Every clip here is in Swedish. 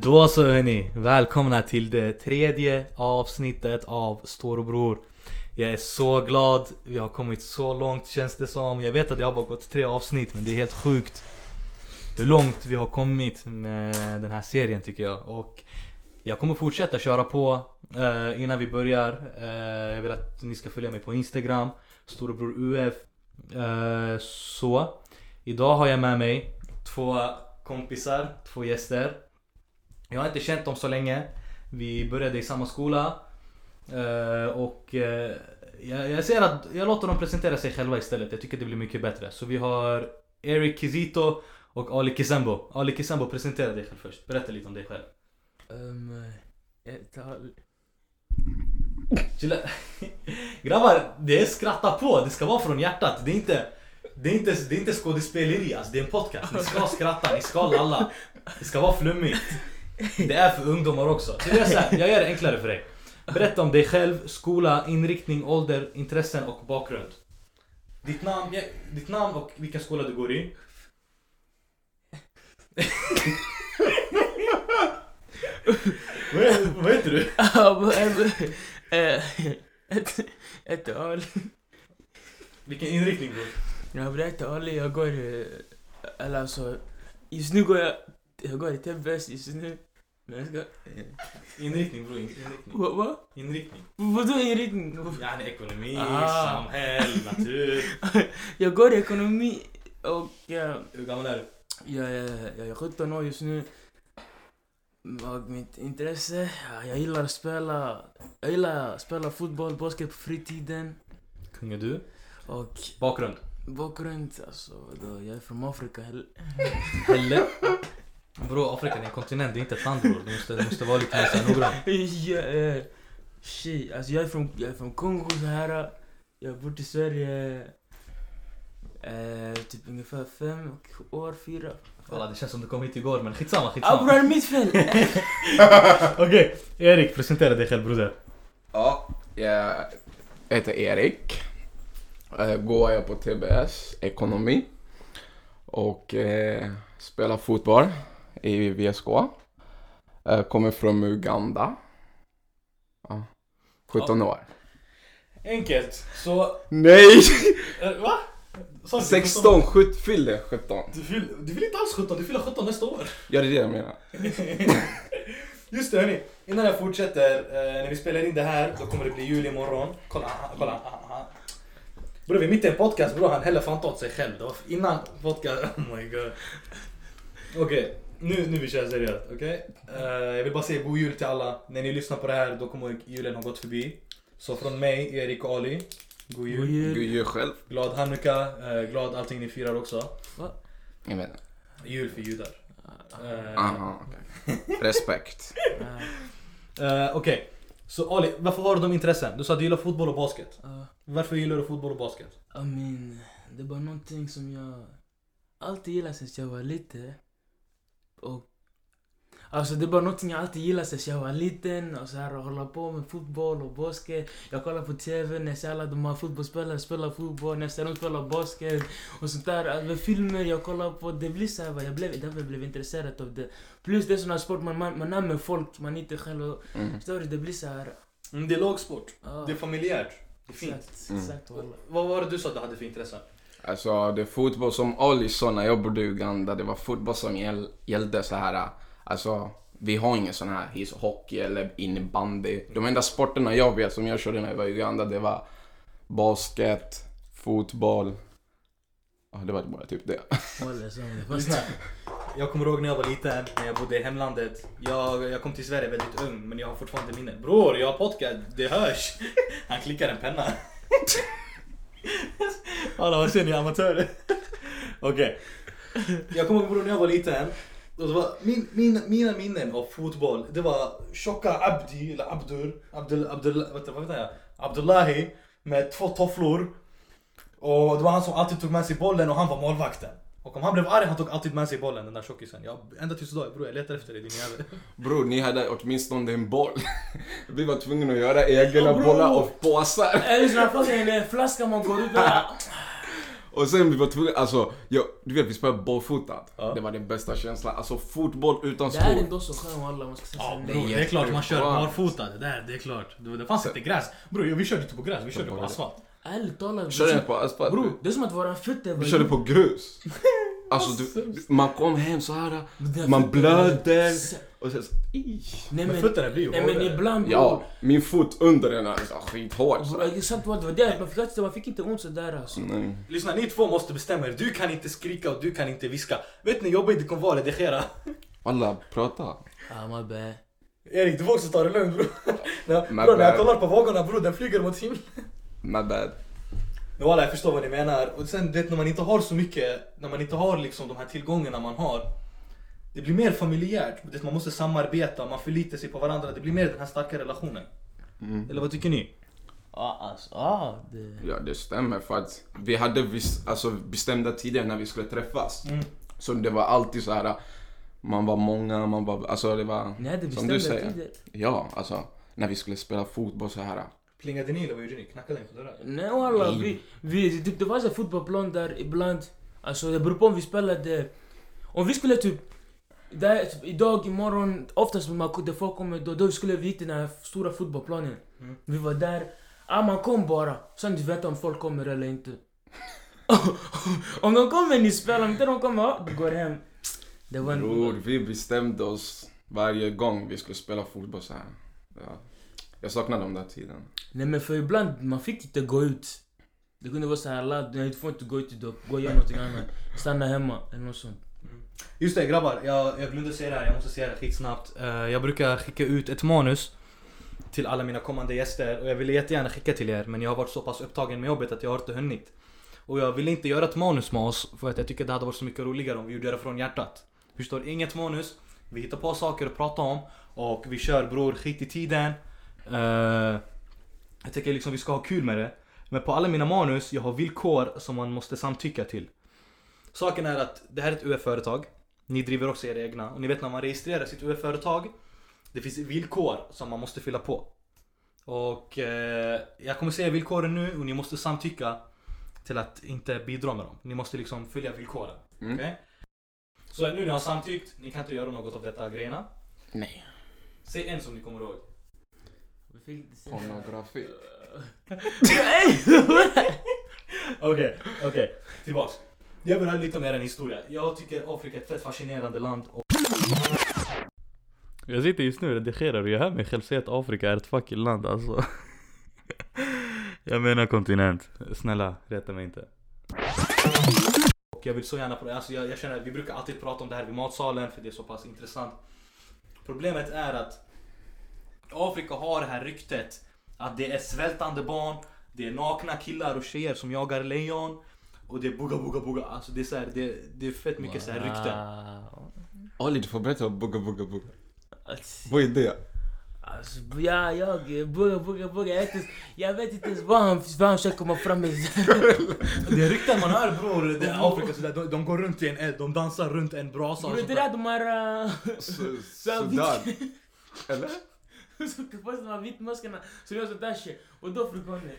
Då så hörni, välkomna till det tredje avsnittet av Storebror. Jag är så glad, vi har kommit så långt känns det som. Jag vet att det har bara gått 3 avsnitt, men det är helt sjukt hur långt vi har kommit med den här serien tycker jag. Och jag kommer fortsätta köra på innan vi börjar. Jag vill att ni ska följa mig på Instagram, Storebror UF. Så, idag har jag med mig 2 kompisar, 2 gäster. Jag har inte känt dem så länge. Vi började i samma skola. Jag ser att jag låter dem presentera sig själva istället. Jag tycker det blir mycket bättre. Så vi har Eric Kizito och Ali Kizembo. Ali Kizembo, presentera dig själv först. Berätta lite om dig själv. Grabbar, det är skratta på. Det ska vara från hjärtat. Det är inte skådespeleri, alltså. Det är en podcast. Ni ska skratta, ni ska lalla. Det ska vara flummigt. Det är för ungdomar också. Så jag gör det enklare för dig. Berätta om dig själv, skola, inriktning, ålder, intressen och bakgrund. Ditt namn och vilken skola du går i. Vad heter du? Ett Ali. Vilken inriktning bror? Jag berättar Ali, jag går eller alltså just nu går jag i TBS just nu. Men jag ska Inriktning bror, inriktning. Vad? Inriktning. Vadå inriktning? Ja, ekonomi, samhäll, natur. Jag går i ekonomi och Hur gammal är du? jag är 17 år just nu. Och mitt intresse, jag gillar att spela fotboll, basket på fritiden. Kung är du? Och Bakgrund, alltså då, jag är från Afrika. Helle? Bro, Afrika är en kontinent, det är inte ett land bror. Du måste vara lite mer noggrann. Shit, alltså jag är från Kongo så här. Jag har bott i Sverige typ ungefär 5 år, 4. Alla, det känns som du kom hit igår, men skitsamma. Bror, det är mitt fel. Okej, Erik, presentera dig själv broder. Ja, jag heter Erik. Går jag på TBS, ekonomi. Och spelar fotboll i VSK. Kommer från Uganda. 17 år. Enkelt, så... Nej! Va? 16, fyllde 17. Du fyller inte alls 17, du fyller 17 nästa år. Ja, det är det jag menar. Just det hörni, innan jag fortsätter, när vi spelar in det här, då kommer det bli jul imorgon. Kolla. Bro, vi är mitt i en podcast, bro, han häller fan åt sig själv. Det var innan podcast, oh my god. Okej, nu vi kör seriöst, okej? Jag vill bara säga god jul till alla. När ni lyssnar på det här, då kommer julen ha gått förbi. Så från mig, Erik och Ali, god jul. God jul själv. Glad Hanukkah, glad allting ni firar också. Va? Jag vet inte. Jul för judar. Aha, okej. Respekt. Okej, så Ali, varför har du de intressen? Du sa att du gillar fotboll och basket. Varför gillar du fotboll och basket? Det är bara någonting som jag alltid gillar sen jag var liten. Och alltså det är bara någonting jag alltid gillar sen jag var liten. Och så här att hålla på med fotboll och basket. Jag kollar på TV när jag ser alla de här fotbollsspelare spela fotboll. När jag ser dem spela basket och sånt där. Alltså, filmer jag kollar på, det blir så här. Jag blev intresserad av det. Plus det är sån här sport man är med folk man inte själv. Förstår du, det blir så här. Det är lagsport, det är familjärt. Det är fint. Exakt. Vad var det du sa att du hade för intresse? Alltså det är fotboll som Ali sa när jag bodde i Uganda. Det var fotboll som gällde så här. Alltså vi har ingen sån här hockey eller innebandy. De enda sporterna jag vet som jag körde när jag var i Uganda, det var basket, fotboll. Det var bara typ det. Jag kommer ihåg när jag var liten, när jag bodde i hemlandet. Jag kom till Sverige väldigt ung, men jag har fortfarande minne. Bror, jag har podcast, det hörs. Han klickar en penna. Alla, vad ser ni amatörer? Okej. Jag kommer ihåg när jag var liten. Och det var mina minnen av fotboll. Det var tjocka Abdi, eller Abdullahi med 2 tofflor. Och det var han som alltid tog med sig bollen och han var målvakten. Och om han blev arg, han tog alltid med sig bollen, den där tjockisen. Ända tills idag, bror, jag letar efter det, din jävel. Bror, ni hade åtminstone en boll. Vi var tvungna att göra egna bollar och påsar. Eller sådana flaskor, en flaska man går ut där. Och sen vi var tvungna, alltså, du vet vi spelade bollfotad. Ja. Det var den bästa känslan. Alltså fotboll utan Det här är skor. ändå så skön alla man ska säga. Ja, så. bro, det är klart man kör jätteskönt. barfota. Det är klart. Det fanns inte gräs. Bro, vi körde inte på gräs, vi körde på asfalt. Ärligt talat. Körde jag på asfalt? Bro, det är som att våra fötter var... Vi körde på grus. Alltså man kom hem så här, man blöder. Och sen så, Nej Men fötterna blir ju nej, men hårdare. ibland bro. ja, min fot under den är så skithård. Så. Bro, exakt vad det var det. Man fick inte ont sådär alltså. Nej. Lyssna, ni två måste bestämma er. Du kan inte skrika och du kan inte viska. Vet ni, jobba inte kommer vara redigera. Alla prata. Ah, my bad. Erik, du får också ta det lugnt bro. My Bro, när jag bad. kollar på vågorna bro, den flyger mot himlen. My bad. Men alla, jag förstår vad ni menar. Och sen vet när man inte har så mycket, när man inte har liksom de här tillgångarna man har. Det blir mer familjärt. Det, man måste samarbeta, man förlitar sig på varandra. Det blir mer den här starka relationen. Eller vad tycker ni? Det... Ja, det stämmer för att vi hade bestämda tider när vi skulle träffas. Så det var alltid så här. Man var många, man var, alltså det var Ni hade som du bestämda säger. tider. Ja, alltså när vi skulle spela fotboll så här. Plingade ni eller vad gjorde ni? Knackade ni på dörrar? Nej walla, vi typ, det var en fotbollsplan där ibland. Alltså det beror på om vi spelade. Om vi skulle typ där, typ, idag, imorgon, oftast när folk kommer då skulle vi till den här stora fotbollsplanen. Vi var där, man kom bara. Sen du vet om folk kommer eller inte. Om de kommer ni spelar, om inte de kommer, du går hem. Det var en... Bror, vi bestämde oss varje gång vi skulle spela fotboll så här. Ja. Jag saknar de där tiden. Nej men för ibland, man fick inte gå ut. Det kunde vara så här ladd, nej du får inte gå ut idag, gå och göra någonting annat. Stanna hemma eller något sånt. Just det grabbar, jag glömde säga det här, jag måste säga det skitsnabbt. Jag brukar skicka ut ett manus till alla mina kommande gäster. Och jag ville jättegärna skicka till er, men jag har varit så pass upptagen med jobbet att jag har inte hunnit. Och jag ville inte göra ett manus med oss, för att jag tycker det hade varit så mycket roligare om vi gjorde det från hjärtat. Förstår, inget manus, vi hittar på saker att prata om. Och vi kör bror, skit i tiden. Jag tycker liksom vi ska ha kul med det. Men på alla mina manus, jag har villkor som man måste samtycka till. Saken är att det här är ett UF-företag. Ni driver också era egna. Och ni vet när man registrerar sitt UF-företag, det finns villkor som man måste fylla på. Och jag kommer säga villkoren nu och ni måste samtycka till att inte bidra med dem. Ni måste liksom följa villkoren. Okay? Så nu när ni har samtyckt, ni kan inte göra något av detta grejerna. Nej. Säg en som ni kommer ihåg. Pornografi. Okej. Tillbaks. Jag vill höra lite om er historia. Jag tycker Afrika är ett fett fascinerande land. Jag sitter just nu och redigerar och jag hör mig själv säga att Afrika är ett fucking land alltså. Jag menar kontinent. Snälla, rätta mig inte. Och jag vill så gärna på det. Alltså jag känner att vi brukar alltid prata om det här vid matsalen för det är så pass intressant. Problemet är att Afrika har det här ryktet att det är svältande barn, det är nakna killar och tjejer som jagar lejon och det är bugga. Alltså det är så här, det är fett mycket så här rykten. Ali, du får berätta om bugga. Vad är det? Alltså, bugga. Jag vet inte ens vad han ska komma fram med. Det är rykten man hör bror, det är Afrika så där, de går runt i en eld, de dansar runt en brasa. Bror det där de här... Sådär. Eller? Så fast de här vitmaskarna, så det är sånt där shit. Och då afrikaner.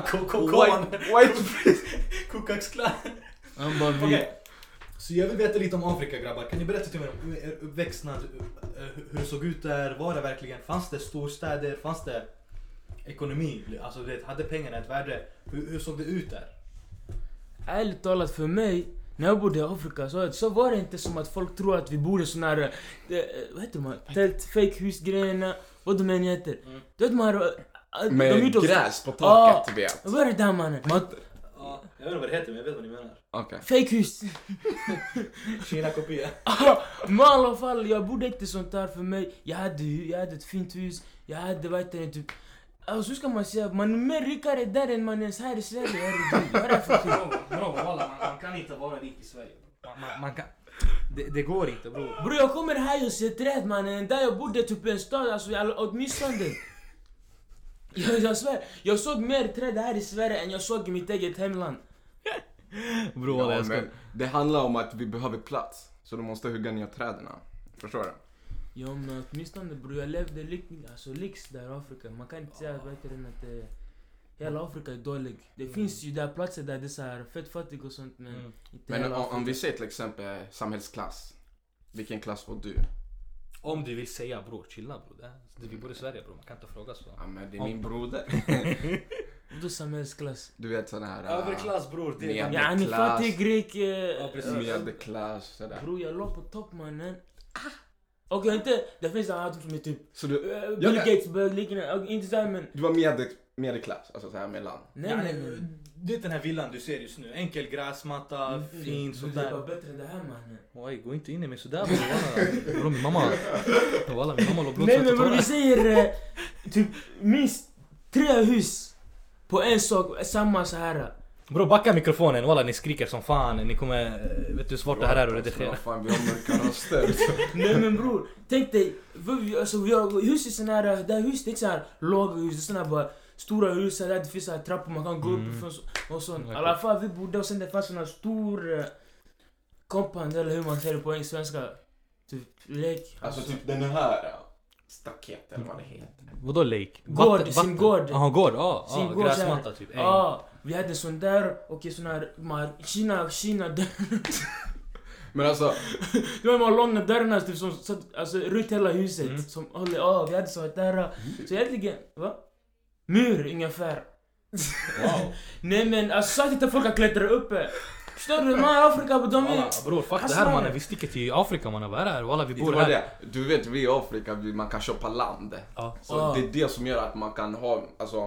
Kokaxklar. Han bara Okej. Så jag vill veta lite om Afrika grabbar. Kan ni berätta till mig om er uppväxtnad, hur det såg ut där? Var det verkligen, fanns det storstäder? Fanns det ekonomi? Alltså det hade pengarna ett värde? Hur såg det ut där? Ärligt talat för mig, när jag bodde i Afrika så var det inte som att folk tror att vi bor i såna här, vad heter de här, tält, fake husgrejerna, vad de än heter. Du vet man med gräs på taket, vet. Vad är det där mannen? Jag vet inte vad det heter men jag vet vad ni menar. Okay. Fake hus. Kina-kopia. Men i alla fall, jag bodde inte sånt där för mig. Jag hade ett fint hus. Jag hade, vad heter det, typ. Alltså hur ska man säga, man är mer rikare där än man är här i Sverige. Vad är det för skit? Man kan inte vara rik i Sverige. Man kan... Det går inte bror. Bror jag kommer här och ser träd mannen. Där jag bodde typ i en stad, alltså åtminstone. Jag svär, jag såg mer träd här i Sverige än jag såg i mitt eget hemland. Bro, ja, men det handlar om att vi behöver plats. Så du måste hugga ner träden. Förstår du? Ja men åtminstone bror, jag levde lyx där i Afrika. Man kan inte säga att hela Afrika är dålig. Det finns ju där platser där det är så här fett fattig och sånt, men inte Men hela om Afrika. vi ser till exempel samhällsklass. Vilken klass får du? Om du vill säga bror, chilla bror. Vi bor i Sverige bror, man kan inte fråga så. Ja, men det är min broder. Vadå samhällsklass? Du vet sån här... Överklass bror, det är... Med- Ja, ni klass. fattig grek. Medelklass, sådär. Bror, jag låg på topp mannen. Okej, inte... Det finns andra som är typ... Så du, Bill Gates, liknande. Inte såhär men... du var medelklass, alltså såhär mellan. Nej. Det är den här villan du ser just nu. Enkel gräsmatta, fin Det sådär. var bättre än det här mannen. Oj, gå inte in i mig sådär bror. Bror min mamma låg Nej men bror, vi säger typ minst 3 hus på en sak, samma så här. Bror backa mikrofonen, walla ni skriker som fan. Ni kommer, vet du hur svårt det här är att redigera. Fan, vi har mörka röster. Nej men bror, tänk dig, alltså vi har hus i sån här, det här huset det är inte så här låga hus, det är såna här bara stora hus där det finns så här trappor man kan gå upp och sånt. I alla fall vi bodde och sen det fanns sån här stor compound eller hur man säger det på svenska. Typ lek. Alltså typ den här staket eller vad det heter. Vadå lake? Gård, sin gård. Jaha, gård, ja. Sin gård Gräsmatta så typ. Ja, vi hade sån där och sån här Kina där. Men alltså, Det var de här långa dörrarna typ som alltså runt hela huset som håller, vi hade sånt där. Så egentligen, va? Mur ungefär. Wow. Nej men alltså så att inte folk kan klättra uppe. Förstår du? Man i Afrika på de Walla, bror fuck det här mannen, vi sticker till Afrika mannen, vad är det här? Walla vi bor det var här. det. Du vet, vi i Afrika, man kan köpa land. Ja. Så det är det som gör att man kan ha, alltså,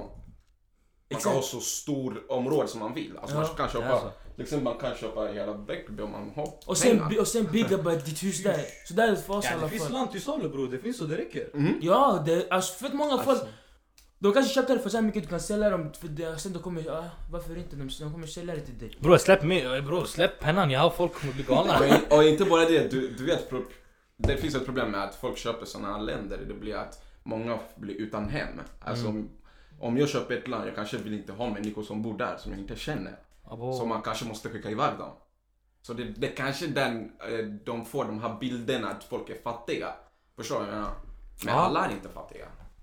man kan ha så stor område som man vill. Alltså man kan köpa, Alltså. liksom man kan köpa hela Bäckby om man har och sen bygga bara ditt hus där. Så där är det för oss i Ja, det alla finns fall. land till salu bror, det finns så det räcker. Ja, det alltså för många folk. Alltså. De kanske köpte det för så här mycket du kan sälja dem för det, sen de kommer, varför inte? De kommer sälja det till dig. Bror släpp pennan, jag har folk kommer bli galna. Och inte bara det, du vet, det finns ett problem med att folk köper sådana här länder. Det blir att många blir utan hem. Alltså om jag köper ett land, jag kanske vill inte ha människor som bor där som jag inte känner. Så man kanske måste skicka iväg dem. Så det kanske de får de här bilderna att folk är fattiga. Förstår du? Men alla är inte fattiga.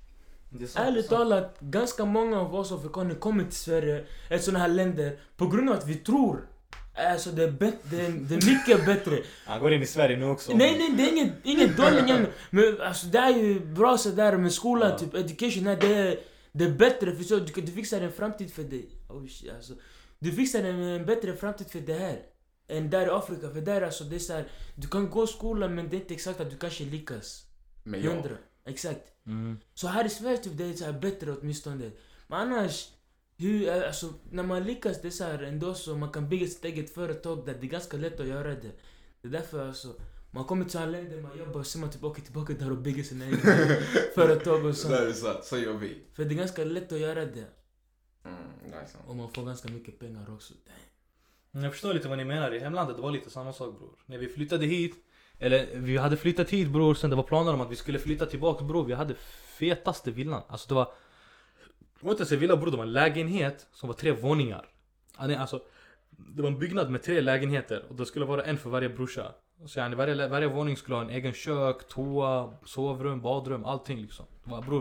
Ärligt talat, ganska många av oss afrikaner kommer till Sverige, ett sådana här länder, på grund av att vi tror alltså det är mycket bättre. Han går in i Sverige nu också. Nej, det är inget dåligt. Men alltså det är ju bra så där med skolan, typ education, det är bättre för så du fixar en framtid för dig. Alltså, du fixar en bättre framtid för det här än där i Afrika. För där alltså det är så här, du kan gå i skolan men det är inte exakt att du kanske lyckas. Men 100, exakt. Så här i Sverige typ, det är så här bättre åtminstone. Men annars, alltså, när man lyckas det är så här ändå så man kan bygga sitt eget företag där det är ganska lätt att göra det. Det är därför alltså, man kommer till alla länder, man jobbar och sen man typ åker tillbaka där och bygger sina egna företag och så. Det är så gör vi. För det är ganska lätt att göra det. Nice. Och man får ganska mycket pengar också. Jag förstår lite vad ni menar, i hemlandet det var lite samma sak bror. När vi flyttade hit, eller vi hade flyttat hit bror, sen det var planer om att vi skulle flytta tillbaka bror. Vi hade fetaste villan. Alltså det var inte så villa bror, det var en lägenhet som var 3 våningar. Alltså det var en byggnad med 3 lägenheter och det skulle vara en för varje brorsa. Så yani, varje våning skulle ha en egen kök, toa, sovrum, badrum, allting liksom. Bror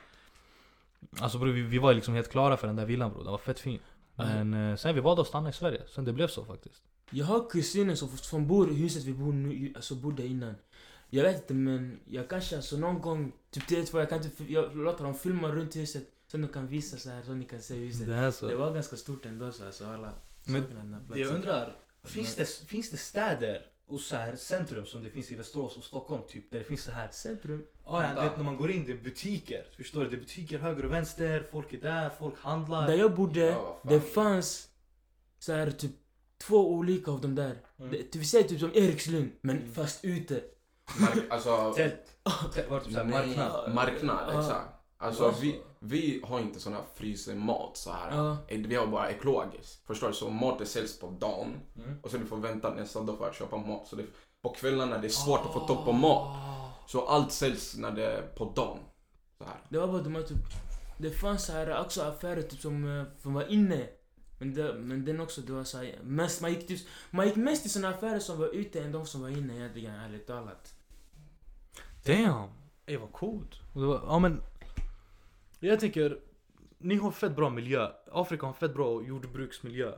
vi var liksom helt klara för den där villan bror, det var fett fin. Men sen vi valde att stanna i Sverige, sen det blev så faktiskt. Jag har kusiner som bor i huset vi bor nu, alltså bodde innan. Jag vet inte men jag kanske alltså någon gång, typ till jag kan inte, jag låter dem filma runt huset så de kan visa så här så ni kan se huset. Det är så. Det var ganska stort ändå så alltså alla. Men jag undrar, finns det städer och så här centrum som det finns i Västerås och Stockholm typ, där det finns så här centrum? Ja, jag vet när man går in, det är butiker. Förstår du? Det är butiker höger och vänster, folk är där, folk handlar. Där jag bodde, det fanns så här typ 2 olika av dem där. Det, vi säger typ som Erikslund, men fast ute. Alltså Tält. Var det typ såhär marknad, exakt. Alltså vi har inte sån här frysemat så här. Vi har bara ekologiskt. Förstår du? Så maten säljs på dagen och så du får vänta nästa dag för att köpa mat. Så på kvällarna det är svårt att få tag på mat. Så allt säljs när det är på dagen. Så här. Det var bara de här typ, det fanns så här också affärer typ som var inne. Men den också, det var så här, mest, man gick mest i såna affärer som var ute än de som var inne egentligen, ärligt talat. Damn, det var coolt. Ja men, jag tänker, ni har fett bra miljö. Afrika har fett bra jordbruksmiljö.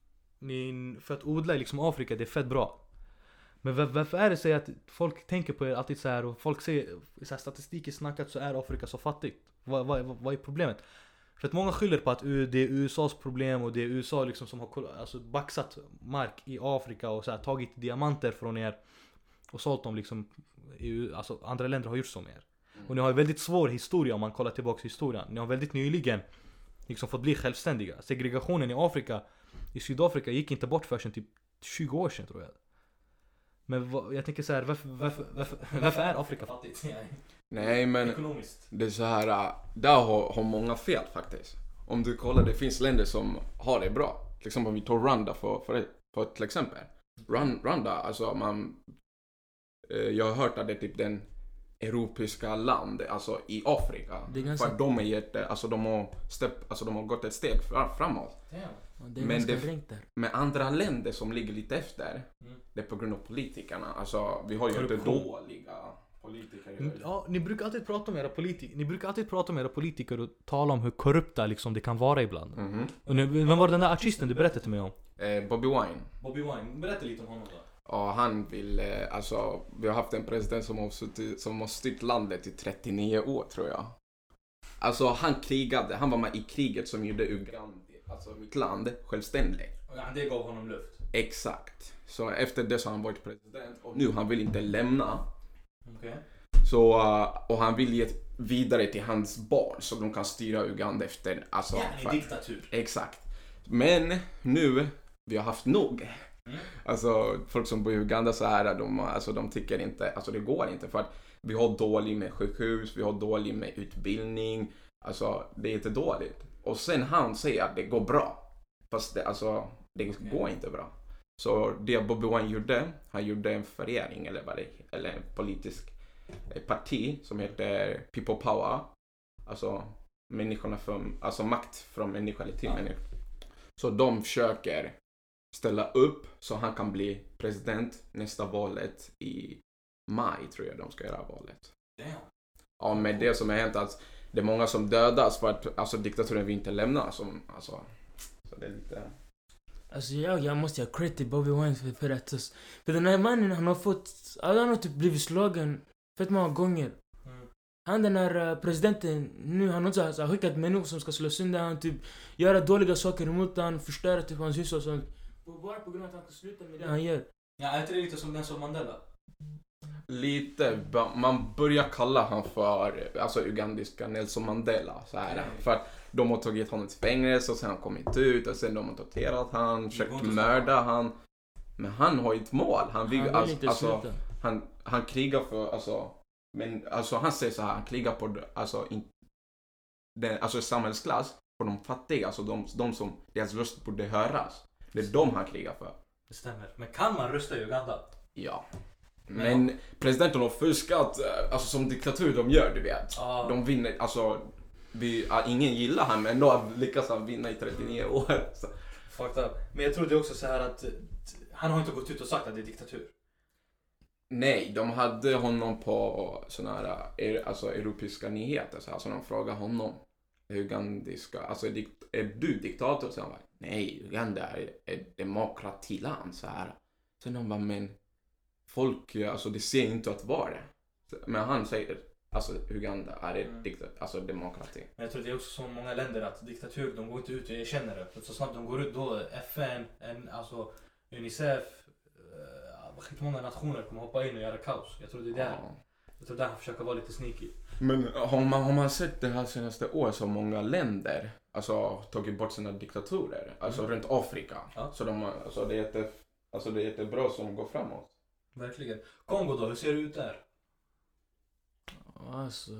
För att odla i liksom Afrika, det är fett bra. Men varför är det så att folk tänker på er alltid så här, och folk säger så här, statistiken snackat så är Afrika så fattigt? Vad är problemet? För att många skyller på att det är USAs problem och det är USA liksom som har alltså baxat mark i Afrika och så här, tagit diamanter från er och sålt dem liksom. Alltså andra länder har gjort så med er. Och ni har en väldigt svår historia om man kollar tillbaka historien. Ni har väldigt nyligen liksom fått bli självständiga. Segregationen i Afrika, i Sydafrika gick inte bort förrän typ 20 år sedan tror jag. Men jag tänker så här, varför är Afrika fattigt? Nej, men Ekonomiskt. det är så här, där har många fel faktiskt. Om du kollar, det finns länder som har det bra. Till exempel om vi tar Rwanda för till exempel. Rwanda, alltså jag har hört att det är typ den europeiska land, alltså i Afrika. Ganska... För de är alltså de har gått ett steg framåt. Det är men med andra länder som ligger lite efter, det är på grund av politikerna. Alltså vi har ju inte dåliga politiker. Ja, ni brukar alltid prata om era politiker och tala om hur korrupta liksom det kan vara ibland. Och vem var den där artisten du berättade till mig om? Bobby Wine. Berätta lite om honom då. Ja, han vill, alltså vi har haft en president som har styrt landet i 39 år tror jag. Alltså han var med i kriget som gjorde Uganda, alltså mitt land, självständigt. Ja, det gav honom luft. Exakt. Så efter det så har han varit president och nu han vill inte lämna. Okay. Så, och han vill ge vidare till hans barn så de kan styra Uganda efter, alltså. Ja, diktatur. Exakt. Men nu, vi har haft nog. Alltså folk som bor i Uganda så här, de tycker inte, alltså det går inte för att vi har dåligt med sjukhus, vi har dåligt med utbildning, alltså det är inte dåligt. Och sen han säger att det går bra, fast det går inte bra. Så det Bobby Wine gjorde, han gjorde en förening eller en politisk parti som heter People Power, alltså människorna alltså makt från människa till människa. Så de försöker ställa upp så han kan bli president nästa valet i maj tror jag de ska göra valet. Ja, men det som har hänt att det är många som dödas för att alltså diktaturen vill inte lämna så det är lite. Alltså jag måste ha credit till Bobby Wine för att för den här mannen han har fått han har typ blivit slagen fett många gånger. Han den här presidenten nu han har skickat människor som ska slå sönder han typ göra dåliga saker emot han, förstöra typ hans hus och sånt. Bara på grund av att han ska sluta med det han gör. Ja, är inte det lite som Nelson Mandela? Lite, man börjar kalla han för alltså ugandiska Nelson Mandela så här, för att de har tagit honom till fängelse och sen har han kommit ut och sen de har torterat han, försökt mörda han. Men han har ett mål, han vill alltså han krigar för men han säger så här, han krigar på den samhällsklass på de fattiga, alltså de som deras röst borde höras. Det är de han krigar för. Det stämmer. Men kan man rösta i Uganda? Ja. Men presidenten har fuskat, alltså som diktatur de gör, du vet. De vinner, alltså ingen gillar han men då lyckas han vinna i 39 år. Så. Fucked up. Men jag tror det är också så här att han har inte gått ut och sagt att det är diktatur. Nej, de hade honom på såna här europeiska nyheter så alltså de frågade honom ugandiska, alltså är du diktator? Så han bara, nej, Uganda är ett demokratiland så här. Sen de bara, men folk, alltså det ser inte att vara det. Men han säger, alltså Uganda är ett demokrati. Men jag tror det är också så många länder att diktatur, de går inte ut och erkänner det. Så snabbt de går ut då, FN, alltså Unicef, många nationer kommer hoppa in och göra kaos. Jag tror det är där. Jag tror där han försöker vara lite sneaky. Men har man sett det här senaste året så många länder alltså tagit bort sina diktaturer alltså runt Afrika. Ja. Så det är jättebra som går framåt. Verkligen. Kongo då, hur ser det ut där? Alltså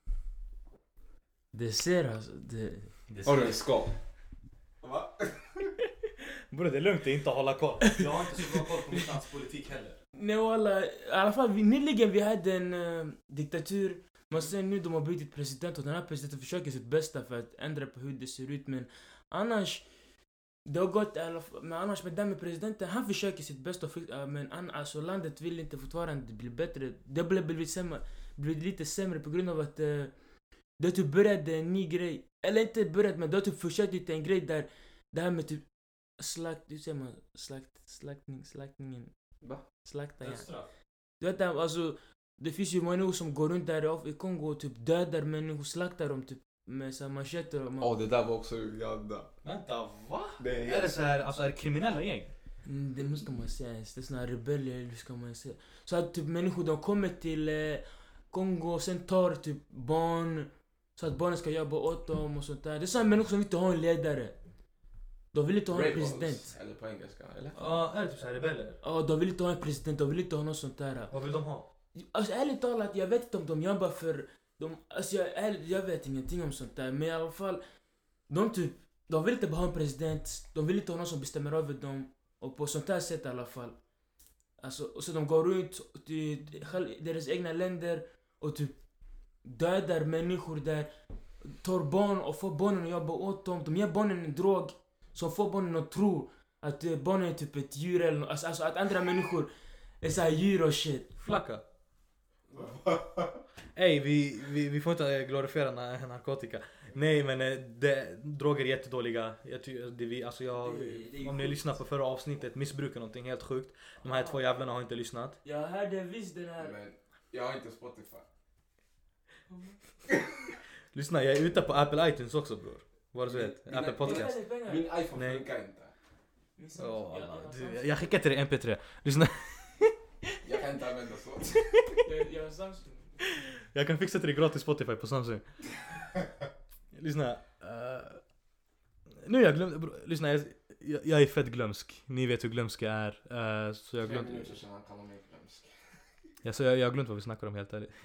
det ser alltså Har du en skål? Va? Borde det är lugnt att inte hålla koll. Jag har inte så bra koll på mitt lands politik heller. Nej walla, i alla fall nyligen vi hade en diktatur. Men sen nu de har bytt president och den här presidenten försöker sitt bästa för att ändra på hur det ser ut. Men annars, det har gått men annars med den med presidenten, han försöker sitt bästa men alltså landet vill inte fortfarande bli bättre. Det blev blivit lite sämre på grund av att Du har typ börjat en ny grej. Eller inte börjat, men du har typ fortsatt ut en grej där det här med typ hur säger man? Slaktningen. Va? Slakta, ja. Du vet alltså, det finns ju människor som går runt där i Kongo och typ dödar människor, slaktar dem typ med så här macheter och det där var också jävla. Vänta, va? Det Är det så här, alltså är det kriminella gäng? Det måste man säga, det är såna här rebeller, hur ska man säga. Så att typ människor, de kommer till Kongo och sen tar typ barn, så att barnen ska jobba åt dem och sånt där. Det är såna människor som inte har en ledare. De vill inte ha en president. Eller på engelska, eller? Ja, är det typ så här rebeller? Ja, de vill inte ha en president, de vill inte ha något sånt där. Vad vill de ha? Alltså ärligt talat, jag vet inte om de jobbar för de, alltså jag vet ingenting om sånt där. Men i alla fall, de vill inte bara ha en president. De vill inte ha någon som bestämmer över dem. Och på sånt här sätt i alla fall. Alltså, och så de går runt till deras egna länder och typ dödar människor där. Tar barn och får barnen att jobba åt dem. De ger barnen en drog som får barnen att tro att barnen är typ ett djur eller något. Alltså att andra människor är så här djur och shit. Flacka. Ey, vi får inte glorifiera narkotika. Nej, men droger är jättedåliga. Om ni lyssnar på förra avsnittet, missbrukar någonting helt sjukt. De här 2 jävlarna har inte lyssnat. Jag hörde visst den här. Men jag har inte Spotify. Lyssna, jag är ute på Apple iTunes också, bror. Vad du vet, Apple Podcast. Min iPhone funkar inte. Jag skickar till dig MP3. Lyssna. Jag kan inte använda så. Jag har Samsung. Jag kan fixa till dig gratis Spotify på Samsung. Lyssna. Nu jag glömde, bro, lyssna, jag är fett glömsk. Ni vet hur glömsk jag är. Så jag glömde. Jag har glömt vad vi snackar om helt ärligt.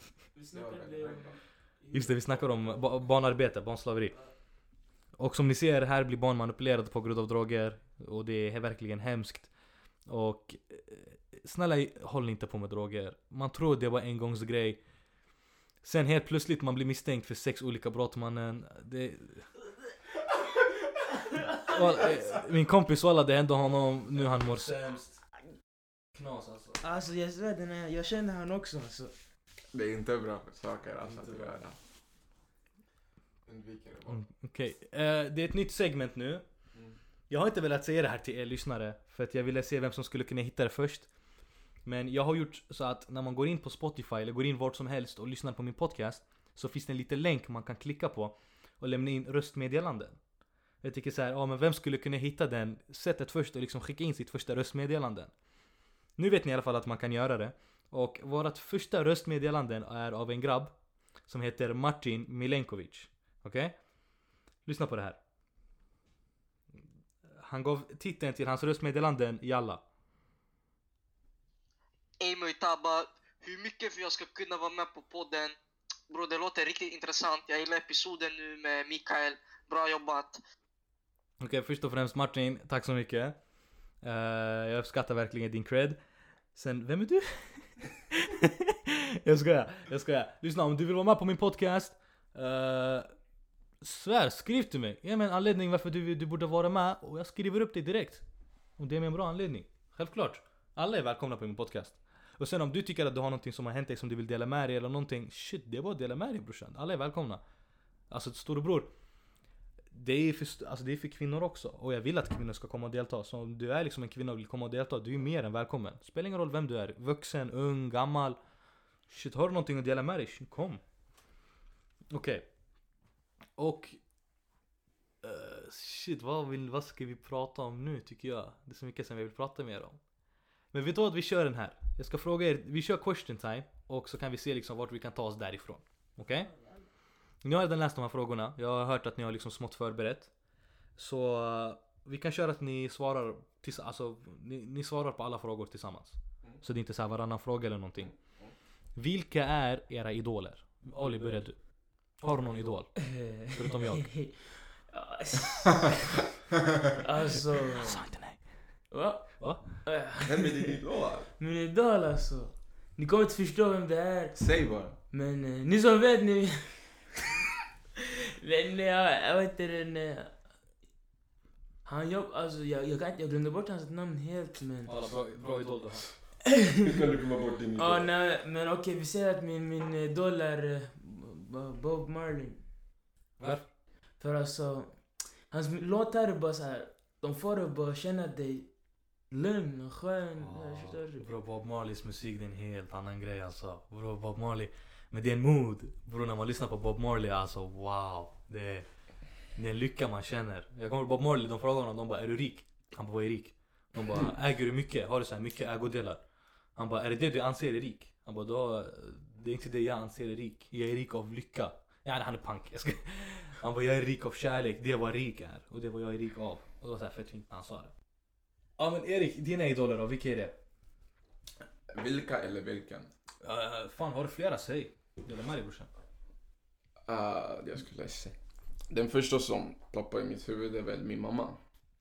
Just det, vi snackar om barnarbete, barnslaveri. Och som ni ser, här blir barn manipulerade på grund av droger. Och det är verkligen hemskt. Och snälla, håll inte på med droger. Man tror det var en engångsgrej. Sen helt plötsligt man blir misstänkt för 6 olika brott, mannen. Min kompis Walla, det hände honom. Nu han mår sämst. Knas alltså. Alltså jag svär, jag känner han också alltså. Det är inte bra för saker alltså att göra. Undviker det bara. Okej, det är ett nytt segment nu. Jag har inte velat säga det här till er lyssnare för att jag ville se vem som skulle kunna hitta det först. Men jag har gjort så att när man går in på Spotify eller går in vart som helst och lyssnar på min podcast, så finns det en liten länk man kan klicka på och lämna in röstmeddelanden. Jag tycker så här, men vem skulle kunna hitta den sättet först och liksom skicka in sitt första röstmeddelande? Nu vet ni i alla fall att man kan göra det. Och vårt första röstmeddelande är av en grabb som heter Martin Milenkovic. Okej? Lyssna på det här. Han gav titeln till hans röstmeddelanden Jalla. Ey Mujtaba, hur mycket för jag ska kunna vara med på podden? Bro, det låter riktigt intressant. Jag gillar episoden nu med Mikael. Bra jobbat. Okej, först och främst Martin, tack så mycket. Jag uppskattar verkligen din cred. Sen, vem är du? Jag skojar. Lyssna, om du vill vara med på min podcast, svär, skriv till mig. Ge mig en anledning varför du borde vara med och jag skriver upp dig direkt. Om det är med en bra anledning. Självklart. Alla är välkomna på min podcast. Och sen om du tycker att du har någonting som har hänt dig som du vill dela med dig eller någonting, shit, det är bara att dela med dig, brorsan. Alla är välkomna. Alltså, storebror, det är för kvinnor också. Och jag vill att kvinnor ska komma och delta. Så om du är liksom en kvinna och vill komma och delta, du är mer än välkommen. Spelar ingen roll vem du är. Vuxen, ung, gammal. Shit, har du någonting att dela med dig? Kom. Okej. Och shit, vad ska vi prata om nu, tycker jag? Det är så mycket som jag vill prata mer om. Men vet du vad, vi kör den här. Jag ska fråga er, vi kör question time. Och så kan vi se liksom vart vi kan ta oss därifrån. Okej? Nu har jag redan läst de här frågorna. Jag har hört att ni har liksom smått förberett. Så vi kan köra att ni svarar ni svarar på alla frågor tillsammans. Så det är inte så här varannan fråga eller någonting. Vilka är era idoler? Oli, börjar du. Har du någon idol? Förutom jag. Alltså... Sa inte nej. Va? Vem är din idol? Min idol alltså. Ni kommer inte förstå vem det är. Säg bara. Men ni som vet ni... Men jag vet inte... Han jobb... Alltså jag glömde bort hans namn helt, men... Bra idol då. Hur kan du glömma bort din idol? Nej, men okej, vi säger att min idol är Bob Marley. Varför? För alltså, hans låtar är bara så här. De får dig bara känna dig lugn och skön. Förstår du? Bro, Bob Marleys musik det är en helt annan grej alltså. Bro, Bob Marley. Men det är en mood. Bro, när man lyssnar på Bob Marley alltså wow. Det är en lycka man känner. Jag kommer ihåg Bob Marley, de frågar honom, de bara är du rik? Han bara vad är rik? De bara äger du mycket? Har du så här mycket ägodelar? Han bara är det du anser är rik? Han bara då, det är inte det jag anser är rik. Jag är rik av lycka. Ja, han är punk. Han bara jag är rik av kärlek. Det var rik är. Och det var jag är rik av. Och det var så här fett fint när han sa det. Ja men Erik, dina idoler då, vilka är det? Vilka eller vilken? Fan har du flera? Säg. Det är med dig brorsan. Jag skulle säga. Den första som ploppar i mitt huvud är väl min mamma.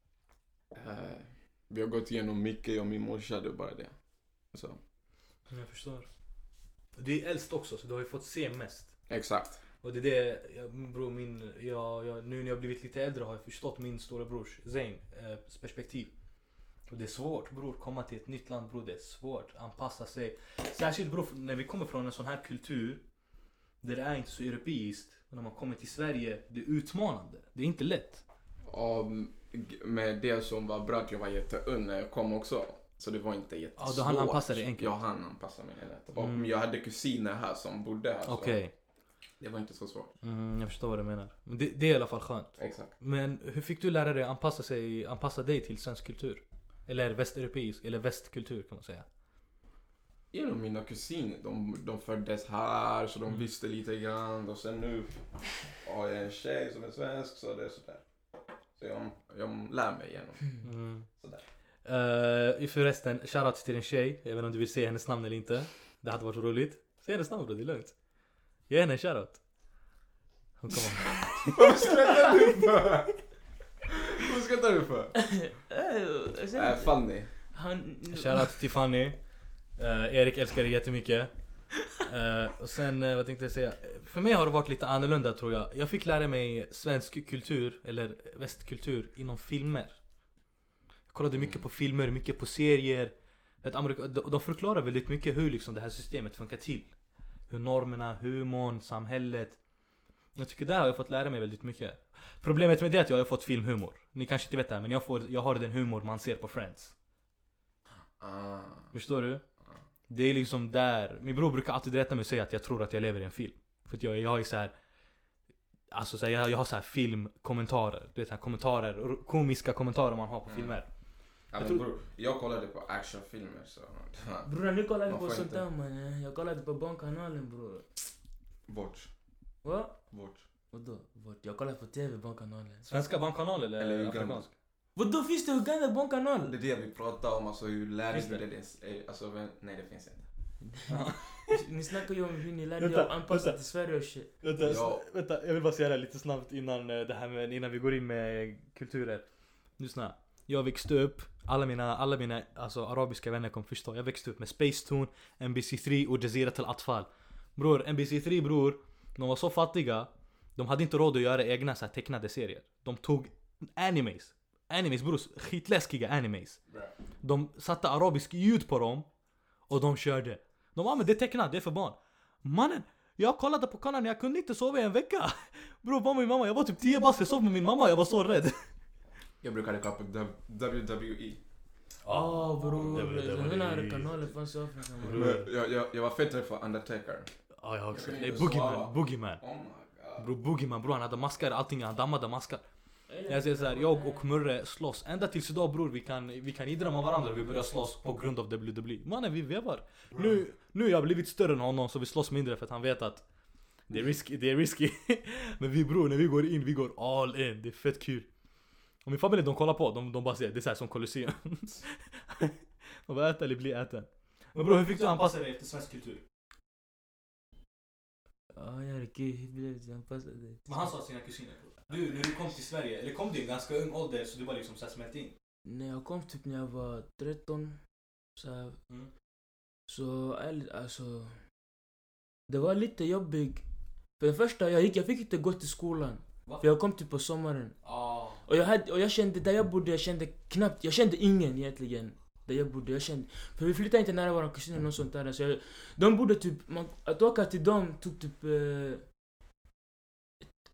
Vi har gått igenom mycket och min morsa, det är bara det. Så. Jag förstår. Du är äldst också så du har ju fått se mest. Exakt. Och det är det, bror nu när jag blivit lite äldre har jag förstått min stora brors Zayn perspektiv. Och det är svårt bror, komma till ett nytt land bror, det är svårt, anpassa sig. Särskilt bror, när vi kommer från en sån här kultur där det är inte så europeiskt. Och när man kommer till Sverige, det är utmanande, det är inte lätt. Och med det som var bra att jag var jätteung när jag kom också. Så det var inte jättesvårt. Ja, då han anpassade enkelt. Jag hann anpassa mig lätt. Och jag hade kusiner här som bodde här. Okej. Så det var inte så svårt. Jag förstår vad du menar. Men det är i alla fall skönt. Exakt. Men hur fick du lära dig anpassa dig till svensk kultur? Eller västeuropeisk, eller västkultur kan man säga. Genom mina kusiner, de föddes här så de visste lite grann. Och sen nu har jag en tjej som är svensk så det är sådär. Så jag lär mig igenom. Sådär. Förresten, shoutout till din tjej. Jag vet inte om du vill se hennes namn eller inte. Det hade varit roligt. Säg hennes namn bro, det är lugnt. Ge henne en shoutout. Hon kommer. Vad skrattar du för? Vad skrattar du för? Fanny. Shoutout till Fanny. Erik älskar dig jättemycket. Och sen, vad tänkte jag säga? För mig har det varit lite annorlunda tror jag. Jag fick lära mig svensk kultur, eller västkultur, inom filmer. Jag kollade mycket på filmer, mycket på serier. De förklarar väldigt mycket hur liksom det här systemet funkar till. Hur normerna, humorn, samhället. Jag tycker där har jag fått lära mig väldigt mycket. Problemet med det är att jag har fått filmhumor. Ni kanske inte vet det här, men jag har den humor man ser på Friends. Förstår du? Det är liksom där. Min bror brukar alltid rätta mig och säga att jag tror att jag lever i en film. För att jag är så här. Alltså så här, jag har så här filmkommentarer. Du vet så här kommentarer, komiska kommentarer man har på filmer. Ja, men bror, jag kollade på actionfilmer så. Bror, ni kollade på sånt där man. Jag kollade på Barnkanalen bror. Watch. Vad? Watch. Vadå? Jag kollade på TV Barnkanalen. Svenska Barnkanal eller Uganda? Vadå finns det Uganda Barnkanal? Det är det vi pratar om, alltså hur lärde du det? Alltså, nej det finns inte. Ni snackar ju om hur ni lärde er anpassa till Sverige och shit. Vänta, jag vill bara säga det lite snabbt innan vi går in med kulturer. Lyssna. Jag växte upp, alla mina alltså, arabiska vänner kommer förstå. Jag växte upp med Spacetoon, NBC3 och Jazeera Al Atfal. Bror, NBC3 bror, de var så fattiga. De hade inte råd att göra egna så här, tecknade serier. De tog animes bror, skitläskiga animes. De satte arabisk ljud på dem och de körde. De var men det är tecknat, det är för barn. Mannen, jag kollade på kanalen, jag kunde inte sova i en vecka. Bror, var min mamma, jag var typ 10 bast, jag sov med min mamma, jag var så rädd. Jag brukade kolla på WWE. Bror, den här kanalen fanns i Afrika. Jag var fettare för Undertaker. Ja, jag också. Boogeyman. Oh my god. Bro, Boogeyman, bror, han hade maskar, allting, han dammade maskar. Jag säger såhär, jag och Murre slåss. Ända tills idag bror, vi kan idra med varandra. Vi börjar slåss på grund av WWE. Mannen, vi vevar. Nu har jag blivit större än honom så vi slåss mindre för att han vet att det är risky. Men vi bror, när vi går in, vi går all in. Det är fett kul. Och min familj, de kollar på, de bara säger, det är såhär som Colosseum. De bara äta eller bli äten. Men bror, hur fick du anpassa dig efter svensk kultur? Ja, jag blev anpassad dig. Men han sa sina kusiner. Du, när du kom till Sverige, eller kom du i en ganska ung ålder så du bara liksom såhär smält in? När jag kom typ när jag var 13 så alltså det var lite jobbigt. För det första, jag fick inte gå till skolan. Va? För jag kom typ på sommaren. Och jag kände, där jag bodde, jag kände ingen egentligen. Där jag bodde, för vi flyttade inte nära våra kusiner och något sånt där. Så de bodde typ, att åka till dem tog typ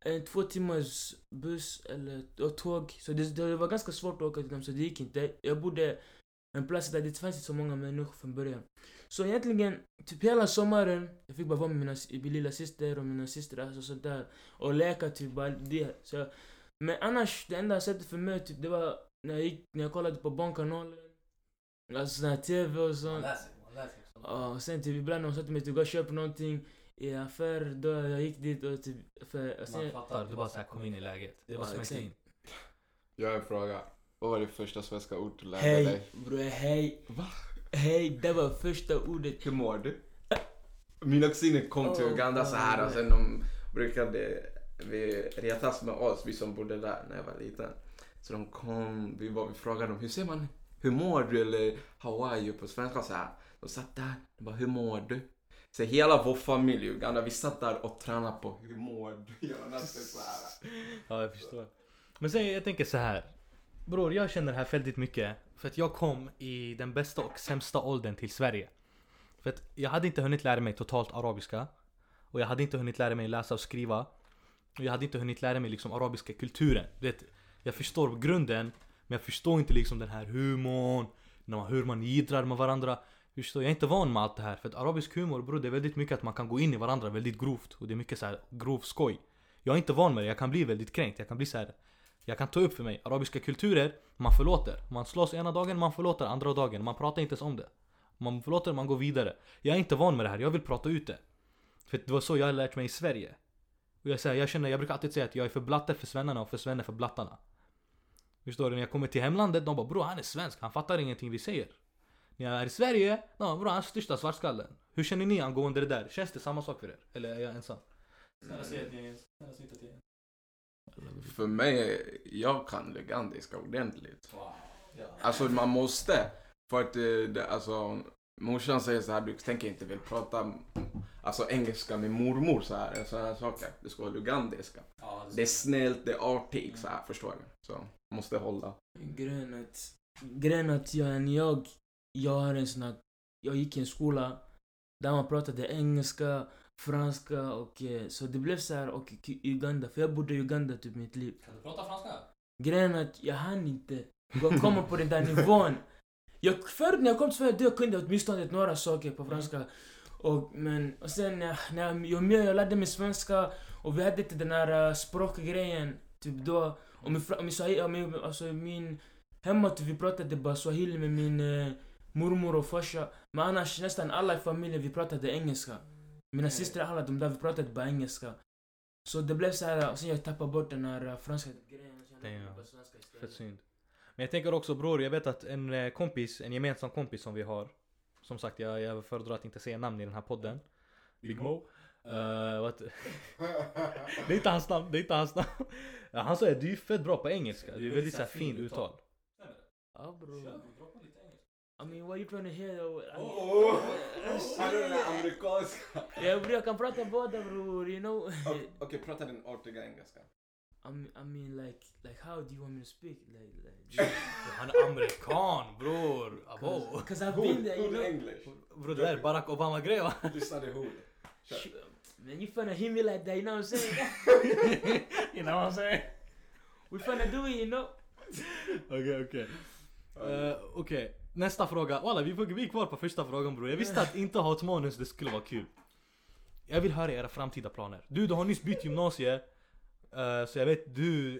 en 2 timmars buss eller tåg. Så det var ganska svårt att åka till dem, så det gick inte. Jag bodde en plats där det fanns inte så många människor från början. Så egentligen, typ hela sommaren, jag fick bara vara med min lilla syster och mina systrar och sånt där. Och leka typ bara det. Så, men annars, det enda sättet för mig typ, det var när jag kollade på Barnkanalen. Alltså sån här TV och sånt. Och sen typ ibland när de sa till mig att gå och köpa någonting i affär, då jag gick dit och typ... Man fattar, du bara såhär kom in i läget. Det var smäckte in. Jag har en fråga. Vad var det första svenska ord du lärde Hej, dig? bror, hej. Va? Hej, det var första ordet. Hur mår du? Mina kusiner kom till Uganda så här och sen brukade vi retas med oss, vi som bodde där när jag var liten. Så de kom, vi frågade dem, hur säger man, hur mår du? Eller how are you på svenska så här. De satt där och bara, hur mår du? Så hela vår familj i Uganda, vi satt där och tränade på hur mår du? Så här. Ja, jag förstår. Men sen jag tänker så här. Bror, jag känner det här väldigt mycket. För att jag kom i den bästa och sämsta åldern till Sverige. För att jag hade inte hunnit lära mig totalt arabiska. Och jag hade inte hunnit lära mig läsa och skriva. Och jag hade inte hunnit lära mig liksom arabiska kulturen. Vet, jag förstår grunden, men jag förstår inte liksom den här humorn. Hur man gidrar med varandra. Förstår, jag är inte van med allt det här. För att arabisk humor, bror, det är väldigt mycket att man kan gå in i varandra väldigt grovt. Och det är mycket så här grov skoj. Jag är inte van med det, jag kan bli väldigt kränkt. Jag kan bli så här. Jag kan ta upp för mig, arabiska kulturer, man förlåter. Man slåss ena dagen, man förlåter andra dagen. Man pratar inte ens om det. Man förlåter, man går vidare. Jag är inte van med det här, jag vill prata ut det. För det var så jag har lärt mig i Sverige. Och jag brukar alltid säga att jag är för blatte för svennarna och för svenne för blattarna. Förstår du? När jag kommer till hemlandet, de bara, bro, han är svensk, han fattar ingenting vi säger. När jag är i Sverige, bro, han är största svartskallen. Hur känner ni angående det där? Känns det samma sak för er? Eller är jag ensam? För mig, jag kan ugandiska ordentligt. Wow. Ja. Alltså man måste. För att alltså, morsan säger så här, du tänker inte väl prata alltså engelska med mormor så här saker. Du ska ha ugandiska. Ja, det är snällt, det är artigt så här, förstår du? Så måste hålla. Grejen att jag har en sån här, jag gick i en skola där man pratade engelska, franska och så det blev så här, och Uganda, för jag bodde i Uganda typ mitt liv. Kan du prata franska? Grejen att jag hann inte komma på den där nivån. Förut när jag kom till Sverige, då kunde jag åtminstone några saker på franska. Och sen när jag lärde mig svenska och vi hade inte den här språkgrejen typ då. Alltså min hemma typ, vi pratade bara swahili med min mormor och farsa. Men annars nästan alla i familjen vi pratade engelska. Mina systrar alla de där vi pratade bara engelska. Så det blev så här, och sen jag tappade bort den här franska grejen. Fett synd. Men jag tänker också, bror, jag vet att en gemensam kompis som vi har, som sagt, jag föredrar att inte säga namn i den här podden. Big Mo. Det är inte hans namn. Ja, han sa att du är fett bra på engelska. Du är väldigt så här fin uttal. Ja, bro. I mean, what are you trying to hear though? Han är den amerikanska. Ja, bro, jag kan prata båda, bror, you know. Okej, prata den artiga engelska. I mean, like how do you want me to speak? Like Han är amerikan, bror. Abo. Cause I've been there, you know. English. Bror, det där är Barack Obama-grej, va? Lyssnade hon. Man, you finna hear me like that, you know what I'm saying? You know what I'm saying? We finna do it, you know. Okej. Nästa fråga. Walla, vi är kvar på första frågan, bror. Jag visste att inte ha ett manus, det skulle vara kul. Jag vill höra era framtida planer. Du har nyss bytt gymnasie. Så jag vet, du...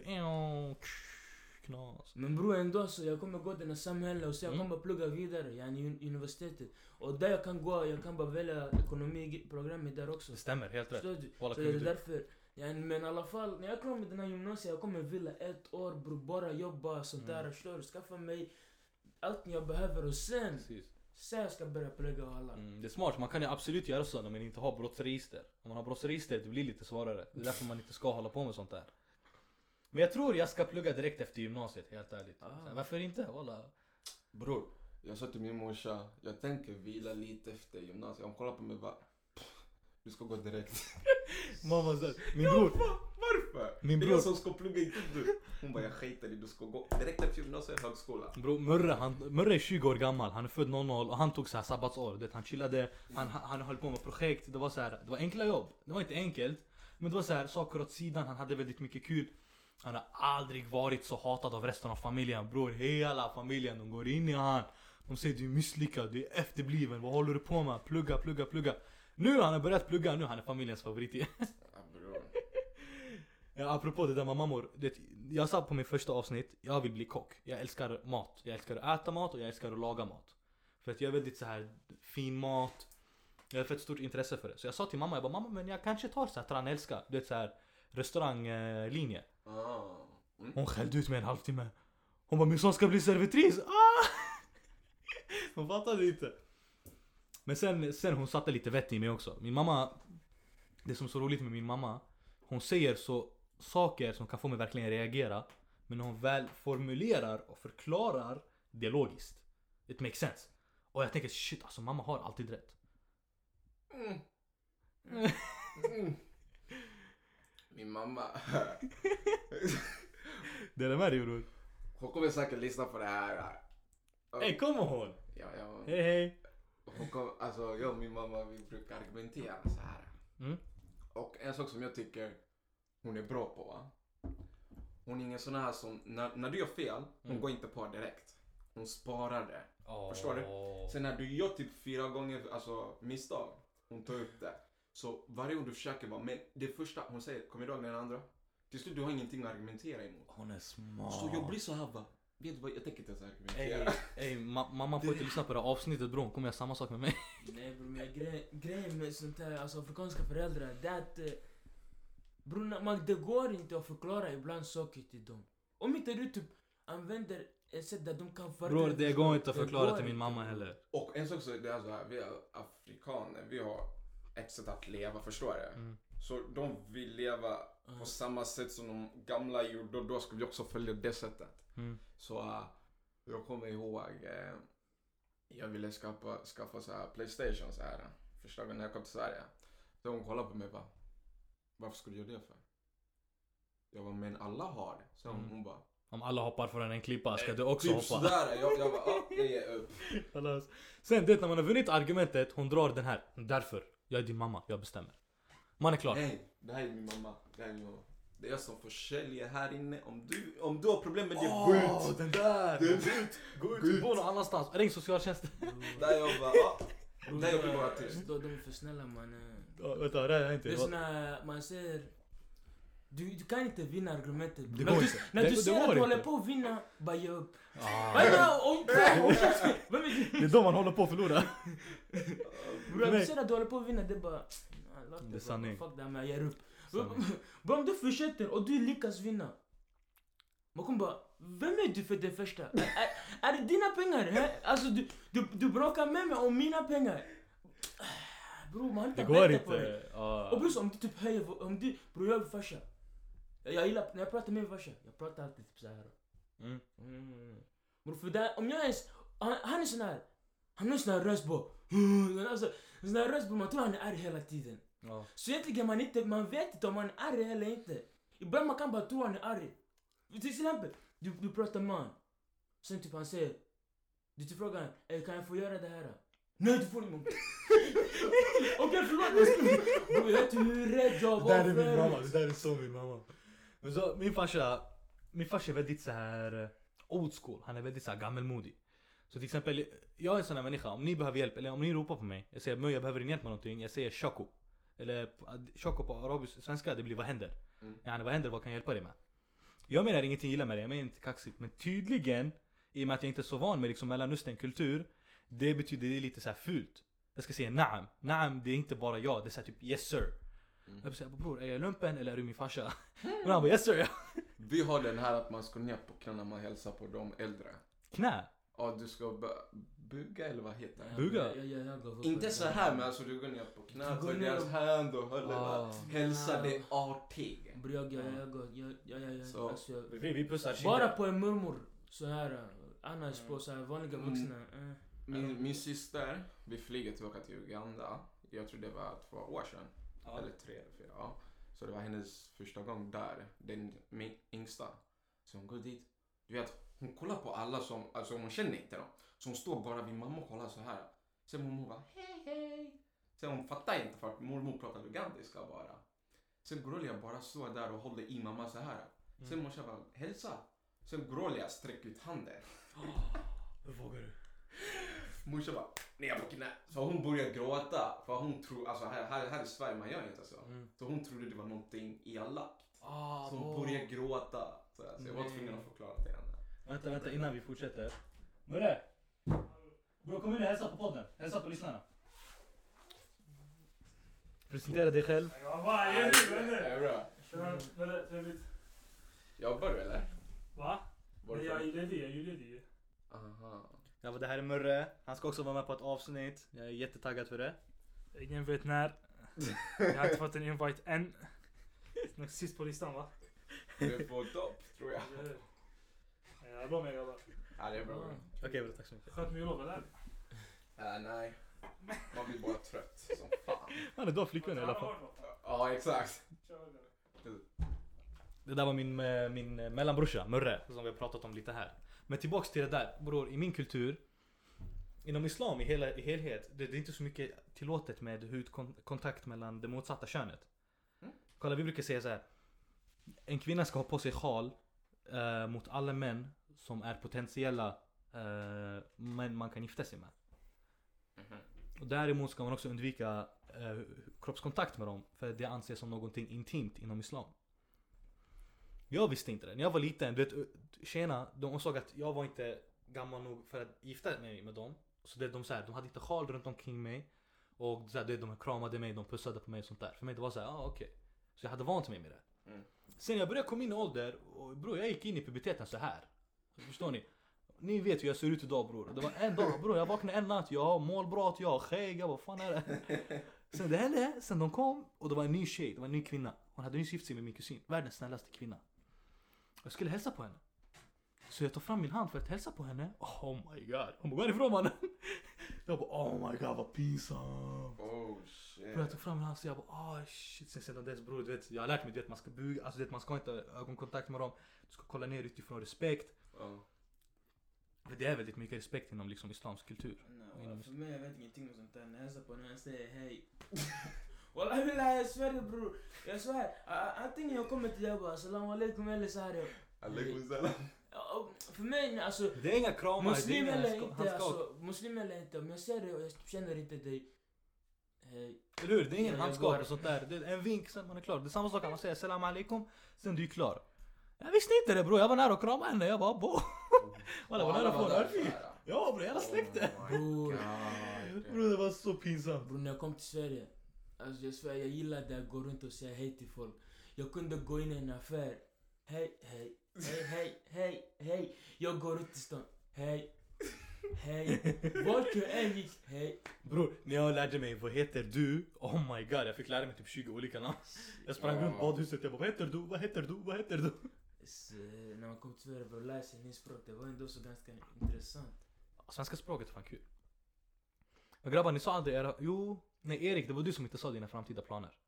Knas. Men bror, ändå så jag kommer gå till den samhället och sen jag kommer plugga vidare i universitetet. Och där jag kan bara välja ekonomiprogrammet där också. Det stämmer, helt rätt. Så det är därför. Men i alla fall, när jag kommer till den här gymnasiet, jag kommer vilja 1 år, bror, bara jobba sånt där, förstår du? Skaffa mig allt jag behöver och sen jag ska börja plugga och alla. Det är smart, man kan ju absolut göra så när man inte har brottsregister. Om man har brottsregister, det blir lite svårare. Det är därför man inte ska hålla på med sånt där. Men jag tror jag ska plugga direkt efter gymnasiet, helt ärligt. Varför inte? Walla. Bror, jag sa till min morsa, jag tänker vila lite efter gymnasiet. Om kollar på mig bara, du ska gå direkt. Mamma sa, min bror. Varför? Min det är bror jag som ska plugga, inte du. Hon bara, jag skiter i, du ska gå direkt efter gymnasiet, högskola. Bror, Murre är 20 år gammal, han är född 00 och han tog så här sabbatsår. Han chillade, han höll på med projekt. Det var så här, det var enkla jobb. Det var inte enkelt, Men det var så här, saker åt sidan, han hade väldigt mycket kul. Han har aldrig varit så hatad av resten av familjen. Bror, hela familjen, de går in i han. De säger du är misslyckad, du är efterbliven, vad håller du på med? Plugga. Nu han har börjat plugga, nu han är familjens favorit igen. Ja, bror. Ja, apropå det där med mammor, jag sa på min första avsnitt, jag vill bli kock. Jag älskar mat, jag älskar att äta mat och jag älskar att laga mat. För att jag är väldigt så här fin mat. Jag har fått stort intresse för det. Så jag sa till mamma, jag bara, mamma men jag kanske tar så här Tranelska, du vet så här restauranglinje. Hon skällde ut mig en halvtimme. Hon bara, min son ska bli servitris. Hon fattade inte. Men sen hon satte lite vett i mig också. Min mamma, det som är så roligt med min mamma, hon säger så saker som kan få mig verkligen reagera. Men när hon väl formulerar och förklarar det logiskt. It makes sense. Och jag tänker, shit alltså mamma har alltid rätt. Min mamma. Det är det med dig, bror. Hon kommer säkert lyssna på det här. Hej, kommer hon? Ja. Hej. Hon kom, alltså jag och min mamma, vi brukar argumentera så här. Och en sak som jag tycker hon är bra på, va? Hon är ingen sån här som, när du gör fel, hon går inte på direkt. Hon sparar det. Förstår du? Sen när du gör typ 4 gånger alltså misstag, hon tar upp det. Så varje gång du försöker bara, men det första hon säger, kom ihåg den andra. Till slut du har ingenting att argumentera emot. Hon är smart. Så jag blir så här, va? Vet du vad, jag tänker inte ens argumentera. Mamma får inte lyssna på det här avsnittet, bro. Hon kommer göra samma sak med mig. Nej bror, men grejen med sånt här, alltså afrikanska föräldrar, det är att bror, det går inte att förklara ibland saker till dem. Om inte du typ använder ett sätt där de kan förklara. Bror, det går inte att förklara till min mamma heller. Och en sak så det är så här, vi är afrikaner, vi har ett sätt att leva, förstår du? Så de vill leva på samma sätt som de gamla gjorde, och då ska vi också följa det sättet. Så jag kommer ihåg, jag ville skaffa så här PlayStation så här, första gången jag kom till Sverige. Så hon kollade på mig och bara, varför skulle du göra det för? Jag bara, men alla har det. Så hon bara, om alla hoppar från en klippa ska du också typ hoppa. Sådär. Jag bara, jag ger upp. Sen det när man har vunnit argumentet, hon drar den här. Därför, jag är din mamma, jag bestämmer. Man är klar. Nej, det här är min mamma. Det är jag som får sälja här inne. Om du har problem med det, gå ut. Den där! Gå ut, gå någon annanstans. Ring socialtjänsten. Där jag bara, där jag blir bara tyst. De är för snälla man. Vänta, det är inte. Det är såna, man säger, du kan inte vinna argumentet. Det går inte. När du ser att du håller på att vinna, bara ge upp. Det är då man håller på att förlora. När du ser att du håller på att vinna, det är bara, det är sanning. fuck det här, men jag ger upp. Bro, om du fortsätter och du lyckas vinna, man kommer bara, vem är du för det första? Är det dina pengar? Alltså du bråkar med mig om mina pengar. Bro, man inte går på det. inte. Och bror, om du typ höjer, om du, bror jag är farsa. Jag gillar, när jag pratar med min farsa, jag pratar alltid typ såhär. Bror, för där, om jag ens, han är sån här, han har sån här röst på. Alltså, sån här röst på, man tror han är arg hela tiden. Så egentligen man vet inte om han är arg eller inte. Ibland man kan bara tro han är arg. Till exempel, du pratar med han. Sen typ han säger, du typ frågar han, kan jag få göra det här? Nej, du får inte. Okej, förlåt. Jag vet hur rädd jag var. Det där är min mamma, det där är så min mamma. Men så, min farsa är väldigt så här old school. Han är väldigt så här gammelmodig. Så till exempel, jag är en sån här människa. Om ni behöver hjälp, eller om ni ropar på mig, jag säger jag behöver din hjälp med någonting. Jag säger shako. Eller shako på arabisk, svenska, det blir vad händer. Vad händer, vad kan jag hjälpa dig med? Jag menar ingenting illa med det, jag menar inte kaxigt. Men tydligen, i och med att jag inte är så van med liksom Mellanöstern kultur, det betyder det är lite så här fult. Jag ska säga naam. Naam, det är inte bara jag, det är så här typ yes sir. Jag säger, bror, är jag lumpen eller är du min farsa? Men han bara, yes sir, ja. Vi har den här att man ska ner på knä när man hälsar på de äldre. Knä? Ja, du ska bugga eller vad heter det? Bugga? Inte så här, men alltså du går ner på knä på deras hand och hälsa det artig. Vi pussar bara på en murmur så här, annars på så här vanliga vuxna. Min syster, vi flyger tillbaka till Uganda. Jag tror det var 2 år sedan. Eller 3 eller 4. Ja. Så det var hennes första gång där. Den min yngsta. Så hon går dit. Du vet, hon kollar på alla som, alltså hon känner inte dem. Så hon står bara vid mamma och kollar så här. Sen mormor bara hej hej. Sen hon fattar inte för att mormor pratar ugandiska bara. Sen Grolia bara står där och håller i mamma så här. Sen morsan bara, hälsa. Sen Grolia sträcker ut handen. Hur vågar du? Morsan bara, ner på knä. Så hon började gråta. För hon tror, alltså här i Sverige man gör inte så. Så hon trodde det var någonting elakt. Så hon började gråta. Så jag var tvungen att förklara till henne. Vänta innan vi fortsätter. Murre! Bro, kom in och hälsa på podden. Hälsa på lyssnarna. Presentera dig själv. Vad är det? Är bra. Väldigt trevligt. Jobbar du eller? Va? Nej, jag är ledig. Aha. Ja, det här är Murre. Han ska också vara med på ett avsnitt. Jag är jättetaggad för det. Ingen vet när. Jag har inte fått en invite än. Nog sist på listan, va? Du är på topp, tror jag. Jag är bra med grabbar. Ja, det är bra. Okej, bra, tack så mycket. Skönt med jobba där. Nej. Man blir bara trött som fan. Han är då flickvän i alla fall. Ja, exakt. Det där var min mellanbrorsa, Murre, som vi har pratat om lite här. Men tillbaks till det där, bror, i min kultur, inom islam i helhet, det är inte så mycket tillåtet med hudkontakt mellan det motsatta könet. Kolla, vi brukar säga så här: en kvinna ska ha på sig sjal mot alla män som är potentiella män man kan gifta sig med. Och däremot ska man också undvika kroppskontakt med dem, för det anses som någonting intimt inom islam. Jag visste inte det. När jag var liten, du vet, tjena, de såg att jag var inte gammal nog för att gifta mig med dem. Så det, de hade inte sjal runt omkring mig. Och så här, de kramade mig, de pussade på mig och sånt där. För mig det var så här, okej. Så jag hade vant mig med det. Sen jag började komma in i ålder, och bror, jag gick in i puberteten så här. Förstår ni? Ni vet hur jag ser ut idag, bror. Det var en dag, bror, jag vaknade en natt, jag har målbrott, jag har skägg, vad fan är det? Sen det hände, sen de kom, och det var en ny tjej, det var en ny kvinna. Hon hade nyss gift sig med min kusin, världens snällaste kvinna. Jag skulle hälsa på henne. Så jag tar fram min hand för att hälsa på henne. Oh my god. Hon bara, gå ifrån mannen. Jag bara, oh my god, vad pinsamt. Oh shit. Jag tog fram min hand och jag bara, shit. Sen dess, bror, du vet, jag har lärt mig, du vet, man ska buga. Alltså, du vet, man ska inte ha ögonkontakt med dem. Du ska kolla ner utifrån respekt. För det är väldigt mycket respekt inom liksom islamsk kultur. No, för mig, jag vet ingenting om sånt där. När jag hälsar på när jag säger hej. Wallah billah, jag svär bror. Jag svär. Antingen jag kommer till dig och bara assalamu alaikum eller så här. Alaikum salam. För mig, alltså. Det är inga kramar. Muslim eller inte, alltså. Muslim eller inte. Om jag ser dig och jag känner inte dig. Hej. Eller hur? Det är ingen handskap och sånt där. Det är en vink, sen man är klar. Det är samma sak att man säger assalamu alaikum, sen du är klar. Jag visste inte det, bror. Jag var nära att krama henne. Jag bara, bo. Walla, var nära på det. Ja, bror, hela släkten. Bror, det var så pinsamt. Bror, när jag kom till Sverige. Alltså jag svär, jag gillade att gå runt och säga hej till folk. Jag kunde gå in i en affär. Hej, hej, hej, hej, hej, hej. Jag går ut i stan. Hej, hej. Vart jag än gick, hej. Bror, när jag lärde mig, vad heter du? Oh my god, jag fick lära mig typ 20 olika namn. Jag sprang runt badhuset, jag bara, vad heter du? Vad heter du? Vad heter du? Så, när man kom till Sverige för att lära sig ny språk, det var ändå så ganska intressant. Svenska språket är fan kul. Och grabbar, ni sa aldrig era... Jo, nej Erik, det var du som inte sa dina framtida planer.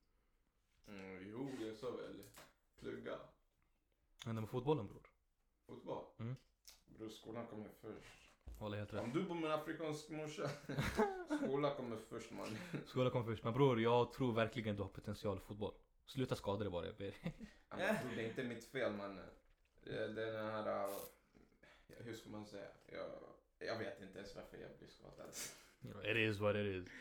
Jo, jag sa väl plugga. Men det med fotbollen, bror. Fotboll? Bror, skolan kommer först. Håller helt rätt. Om du bor med en afrikansk morsa, skolan kommer först, man. Skolan kommer först. Men bror, jag tror verkligen du har potential i fotboll. Sluta skada dig bara, jag ber. Ja, men, bror, det är inte mitt fel, man. Det är den här... hur ska man säga? Jag vet inte ens varför jag blir skadad. It is what it is.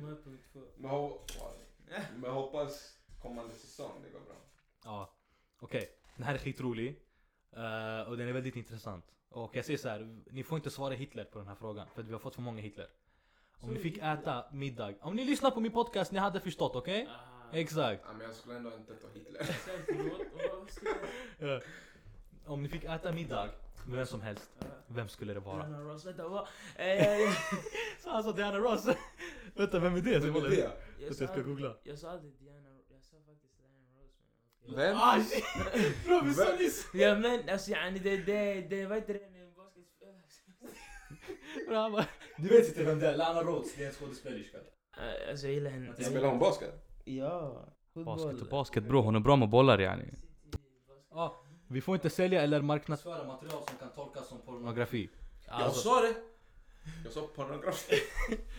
Men hoppas kommande säsong det går bra. Ja, okej. Den här är skitrolig. Och den är väldigt intressant. Och jag säger så här, ni får inte svara Hitler på den här frågan. För vi har fått för många Hitler. Om ni fick äta middag. Om ni lyssnar på min podcast, ni hade förstått, okej? Exakt. Ja, men jag skulle ändå inte ta Hitler. Om ni fick äta middag med vem som helst, vem skulle det vara? Diana Ross, vänta, vad? Så han sa Diana Ross. Vänta, vem är det? Vem är det? Jag ska googla. Jag sa aldrig Diana Ross, jag sa faktiskt Diana Ross. Vem? Bro, vi sa nyss. Ja men alltså yani det vad heter det en basketspelare? Du vet inte vem det är, Lana Rhodes, det är en skådespelerska. Alltså jag gillar henne. Spelar hon basket? Ja, Basket bro, hon är bra med bollar yani. Vi får inte sälja eller marknadsföra material som kan tolkas som pornografi. Jag sa det! Jag sa pornografi.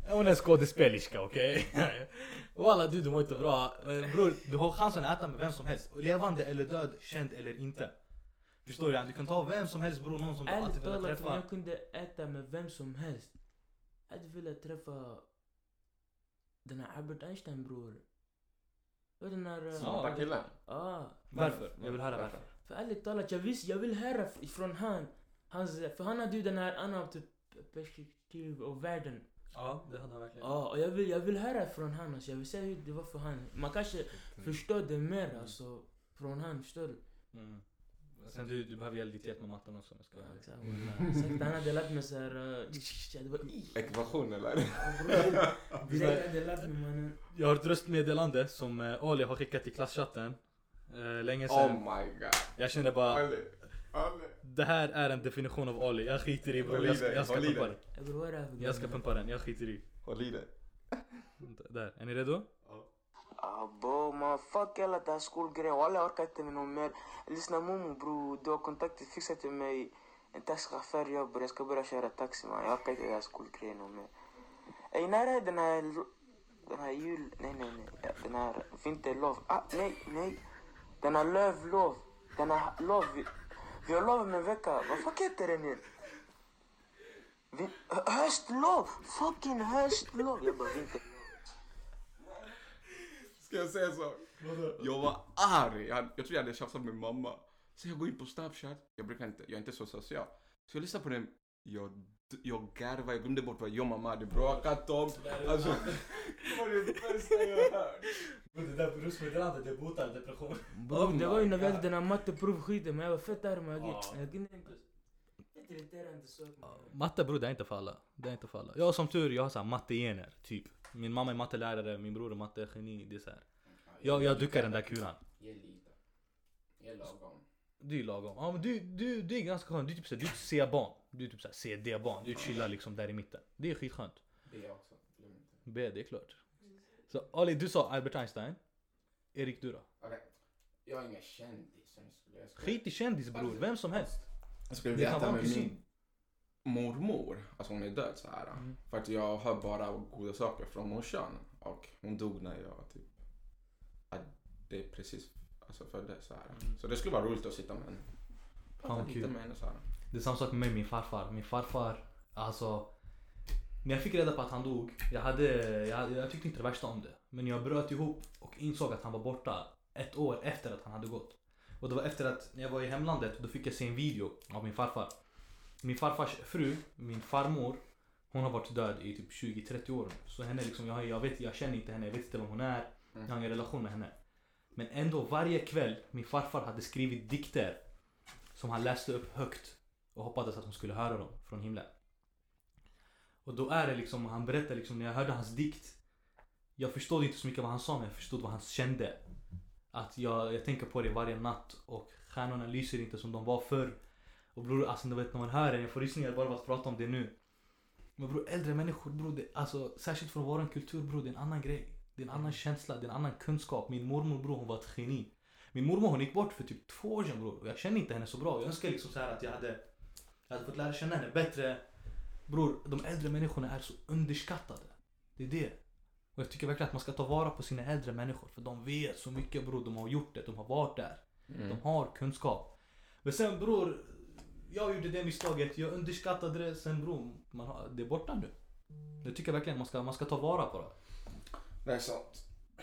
Hon är skådespelerska, okej? Walla du mår inte bra. Bror, du har chansen att äta med vem som helst. Levande eller död, känd eller inte. Förstår du? Du kan ta vem som helst bror, någon som du alltid Ärligt velat talat, om träffa. jag kunde äta med vem som helst. Jag hade velat träffa den här Albert Einstein bror. Vad den här... Smarta killen. Varför? Jag vill höra varför. För ärligt talat, jag vill höra ifrån hans... För han hade ju den här annan typ perspektiv av världen. Ja, det hade han verkligen. Ja, och jag vill höra från han, alltså. Jag vill säga hur det var för han. Man kanske förstår det mer alltså, från han, förstår du? Sen du behöver lite hjälp med matten också. Ja, exakt, exakt. Han hade lärt mig såhär... det var Ekvation eller? direkt hade lärt mig mannen. Jag har ett röstmeddelande som Ali har skickat till klasschatten. Länge Oh sedan. my god. Jag känner bara, Ali. det här är en definition av Ali. Jag skiter i bror, jag ska Håll i pumpa dig. den. Bror, vad är det här för Jag ska gammal? pumpa den, jag skiter i. Håll i dig. Där, är ni redo? Abo, man fuck hela den här skolgrejen. Walla, jag orkar inte med någon mer. Lyssna Momo bro, du har kontaktat, fixa till mig en taxichaufför jobbar. Jag ska börja köra taxi man. Jag orkar inte den här skolgrejen någon mer. Ey, när är den här jul... Nej. Ja, den här vinterlov. Nej. Den här lövlov. Den här lov. Vi har lov om en vecka. Vad fuck heter den igen? Höstlov. Fucking höstlov. Jag bara vinter. Ska jag säga så? Jag var arg. Jag tror jag hade tjafsat med mamma. Så jag går in på Snapchat. Jag är inte så social. Så jag lyssnar på den. Jag garvar. Jag glömde bort vad jag mamma hade bråkat om. Alltså, det var det bästa jag hört. Det där röstmeddelandet, det botar depression. Bro, det var ju när vi hade den här matteprovskiten, men jag var fett arg med jag kunde inte... Ett irriterande sak. Matte bror, det är inte för alla. Det är inte för alla. Jag som tur, jag har så här mattegener, typ. Min mamma är mattelärare, min bror är mattegeni, det är så här. Jag duckar den där kulan. Ge lite. Ge lagom. Du är lagom. Ja men du är ganska skön. Du är typ såhär, du är ett C-barn. Du är typ såhär CD-barn. Du chillar liksom där i mitten. Det är skitskönt. B också. Glöm inte. B, det är klart. Så Ali, du sa Albert Einstein. Erik, du då? Okej. Jag är ingen kändis. Skit i kändis bror, vem som helst. Jag skulle Det kan veta vara med kusin. min mormor. Alltså hon är död så här. För att jag hör bara goda saker från morsan. Och hon dog när jag typ... Det är precis alltså föddes så här. Så det skulle vara roligt att sitta med henne. Fan, Prata lite kul. med henne så här. Det är samma sak med mig, min farfar. Min farfar, alltså... När jag fick reda på att han dog, jag tyckte inte det värsta om det. Men jag bröt ihop och insåg att han var borta 1 år efter att han hade gått. Och det var efter att, när jag var i hemlandet, då fick jag se en video av min farfar. Min farfars fru, min farmor, hon har varit död i typ 20-30 år. Så henne liksom, jag känner inte henne, jag vet inte vem hon är. Jag har ingen relation med henne. Men ändå varje kväll, min farfar hade skrivit dikter som han läste upp högt och hoppades att hon skulle höra dem från himlen. Och då är det liksom, han berättar liksom, när jag hörde hans dikt, jag förstod inte så mycket vad han sa, men jag förstod vad han kände. Att jag tänker på det varje natt och stjärnorna lyser inte som de var förr. Och bror, alltså du vet när man hör det, jag får rysningar bara av att prata om det nu. Men bror, äldre människor bror, det, alltså särskilt från våran kultur bror, det är en annan grej. Det är en annan känsla, det är en annan kunskap. Min mormor bror, hon var ett geni. Min mormor hon gick bort för typ 2 år sedan bror. Och jag känner inte henne så bra. Jag önskar liksom så här att jag hade fått lära känna henne bättre. Bror, de äldre människorna är så underskattade. Det är det. Och jag tycker verkligen att man ska ta vara på sina äldre människor. För de vet så mycket bror, de har gjort det, de har varit där. De har kunskap. Men sen bror, jag gjorde det misstaget, jag underskattade det. Sen bror, det är borta nu. Jag tycker verkligen man ska ta vara på det. Det är sant.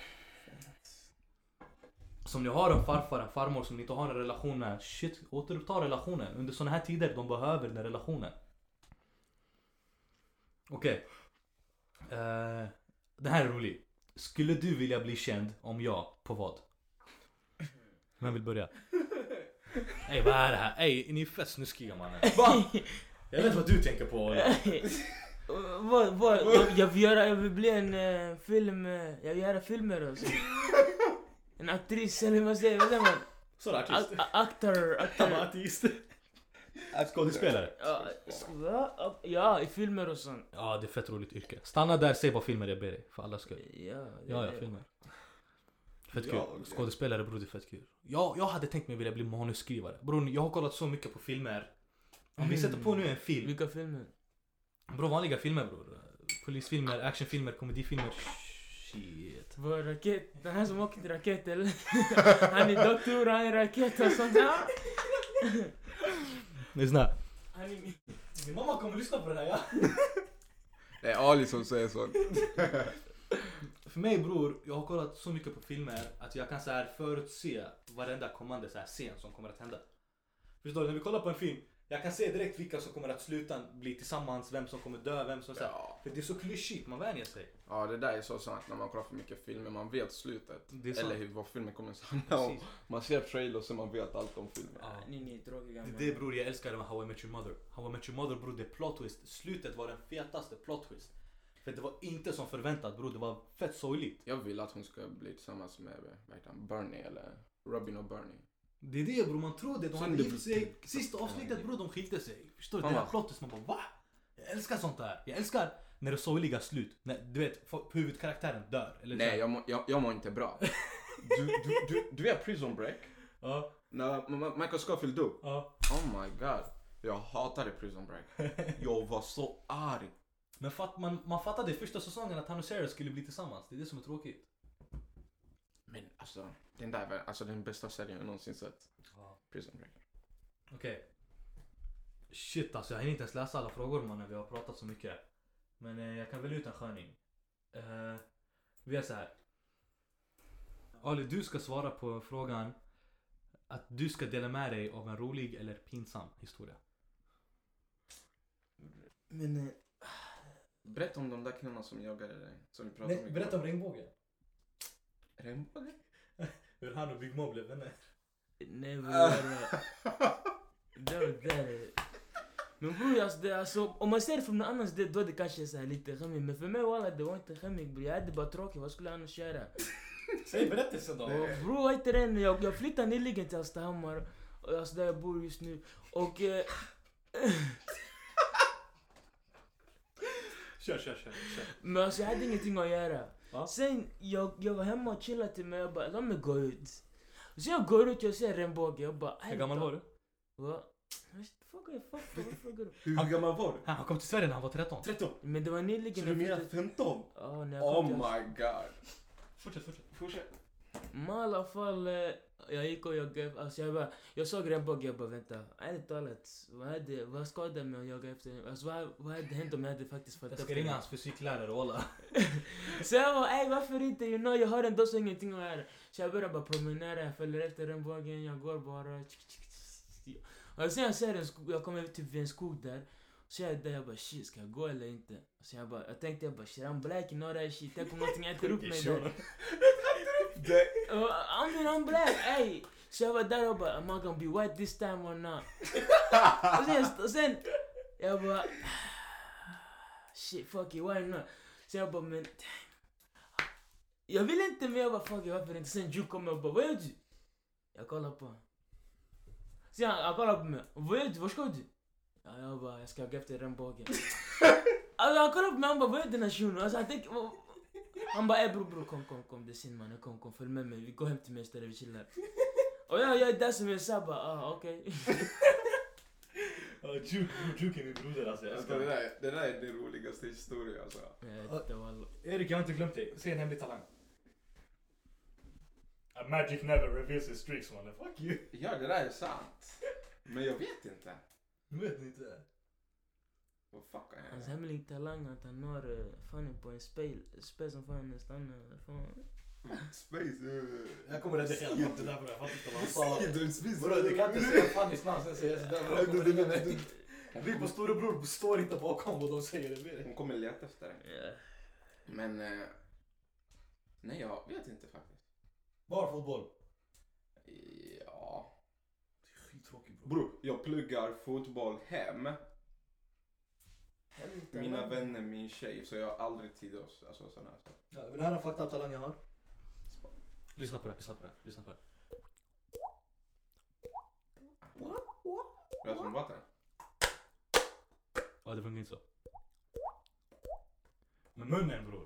Som ni har en farfar, en farmor som ni inte har en relation med. Shit, återuppta relationen. Under såna här tider, de behöver den relationen. Okej. Det här är roligt. Skulle du vilja bli känd om jag på vad? Vem vill börja? Ey, vad är det här? Ey, ni är fett snuskiga mannen. Jag vet vad du tänker på. Jag vill bli en film... Jag vill göra filmer och så. En aktris eller vad säger man? Så är artist. Aktor. Artist. Skådespelare. Ja, i filmer och sånt. Ja, det är fett roligt yrke. Stanna där, säg vad filmer jag ber dig. För alla skull. Ja, filmer. Fett kul. Skådespelare bror, det är fett kul. Jag hade tänkt mig vilja bli manusskrivare. Bror, jag har kollat så mycket på filmer. Om vi sätter på nu en film. Vilka filmer? Bror, vanliga filmer bror. polisfilmer, actionfilmer, komedifilmer. Shit. Vår raket, den här som åker till raket eller? Han är doktor, han är raket och sånt där. Lyssna. Han är min... Min mamma kommer lyssna på det här, ja. Det är Ali som säger så. För mig bror, jag har kollat så mycket på filmer att jag kan så här förutse varenda kommande så här scen som kommer att hända. Förstår du? När vi kollar på en film, jag kan se direkt vilka som kommer att sluta bli tillsammans, vem som kommer dö, vem som så här. Ja. För det är så klyschigt, man vänjer sig. Ja, det där är så sant när man kollar för mycket filmer. Man vet slutet. Det är sant. Eller vad filmen kommer att handla om. Precis. Man ser trailers så man vet allt om filmen. Ja. Ni är tråkiga. Det är det bror, jag älskar det med How I Met Your Mother. How I Met Your Mother bror, det är plot twist. Slutet var den fetaste plot twist. För det var inte som förväntat bror, det var fett sorgligt. Jag vill att hon ska bli tillsammans med Bernie eller Robin och Bernie. Det är det bror, man tror det. De Sen hade det- gift sig. Sista avsnittet bror, de skilde sig. Förstår du? Ja. Det här plot twist, man bara va? Jag älskar sånt där. Jag älskar när det är sorgliga slut. När, du vet, huvudkaraktären dör. Eller så Nej, här. jag mår inte bra. Du vet Prison Break? Ja, När Michael Scofield dog. ja. Oh my god. Jag hatade Prison Break. Jag var så arg. Men man fattade i första säsongen att han och Sarah skulle bli tillsammans. Det är det som är tråkigt. Men alltså, den där var alltså den bästa serien jag någonsin sett. Ja. Prison Break. Okej. Shit alltså, jag hinner inte ens läsa alla frågor mannen, vi har pratat så mycket. Men jag kan välja ut en sköning. Vi är så här. Ali, du ska svara på frågan att du ska dela med dig av en rolig eller pinsam historia. Men... Berätta om de där kvinnorna som jagade dig. Som vi pratade Nej, om. berätta om regnbågen. Regnbåge? Hur han och Big Mo blev vänner. Nej bror. Det där. Men bror alltså, det, alltså, om man ser det från någon annans det, då är det kanske så här lite skämmigt. Men för mig walla, det var inte skämmigt bror. Jag hade bara tråkigt, vad skulle jag annars göra? Säg berättelsen då. Och bror vad heter den? Jag flyttade nyligen till Hallstahammar. Och alltså där jag bor just nu. Och... Kör. Men alltså jag hade ingenting att göra. Va? Sen jag var hemma och chillade till mig. Jag bara, låt mig gå ut. Så jag går ut och jag ser regnbåge. Jag bara, Hur gammal var du? Va? Vad frågar du? Hur gammal var du? Han kom till Sverige när han var 13. 13. Men det var nyligen. Så du menar 15? Ja, när jag Oh kom till my god. Fortsätt. Men i alla fall, jag gick och jag alltså jag såg regnbåge, jag bara vänta. Ärligt talat, vad skadade mig att jaga efter? Alltså vad hade hänt om jag hade faktiskt fått Jag ska ringa hans fysiklärare och alla. Så jag bara, varför inte? You know, jag har ändå så ingenting att göra. Så jag börjar bara promenera, jag följer efter regnbågen, jag går bara. Och sen jag ser en skog, jag kommer typ vid en skog där. Så jag där, jag bara shit, ska jag gå eller inte? Så jag tänkte shit, I'm black, you know that shit. Tänk om någonting äter upp mig där. I'm black, ey! Så jag var där och bara, am I gonna be white this time or not? och sen jag bara, shit, fuck it, why not? Så jag bara, men jag vill inte, men jag bara, fuck it, varför inte? Sen Ju kommer och bara, vad gör du? Jag kollar på honom. Sen han kollar på mig, vad gör du? Var ska du? Ja, jag bara, jag ska gå efter regnbågen. Alltså han kollar på mig, han bara, vad är den här shunon? Alltså han tänker, han bara, bror, kom, det är sin mannen, kom, följ med mig, vi går hem till mig istället, vi chillar. Och jag är där som jag sa, bara, okej. Juke är min broder alltså. Alltså, det där är den roligaste historien alltså. Erik, jag har inte glömt dig. Säg en hemlig talang. A magic never reveals his streaks, man. Fuck you. Ja, det där är sant. Men jag vet inte. Du vet inte. Vad fuck är Hans det? hemliga talang att han har fan på en spel som fan nästan fan. Space. Jag kommer redigera bort det där bror. Jag fattar inte vad han sa. Space. Bror, du kan inte säga Fannys namn sen säger jag sådär bror. Jag kommer ringa mig. Vi på storebror står inte bakom vad de säger. Det blir det. Hon kommer leta efter dig. Ja. Men... nej, jag vet inte faktiskt. Bara fotboll. Ja. Det är skittråkigt bror. Bror, jag pluggar fotboll hem. Mina vänner, min tjej. Så jag har aldrig tid att sådana här saker. Ja, men det här är en fucked up talang jag har. Lyssna på det. Det är som vatten. Ja, det funkar inte så. Med munnen bror.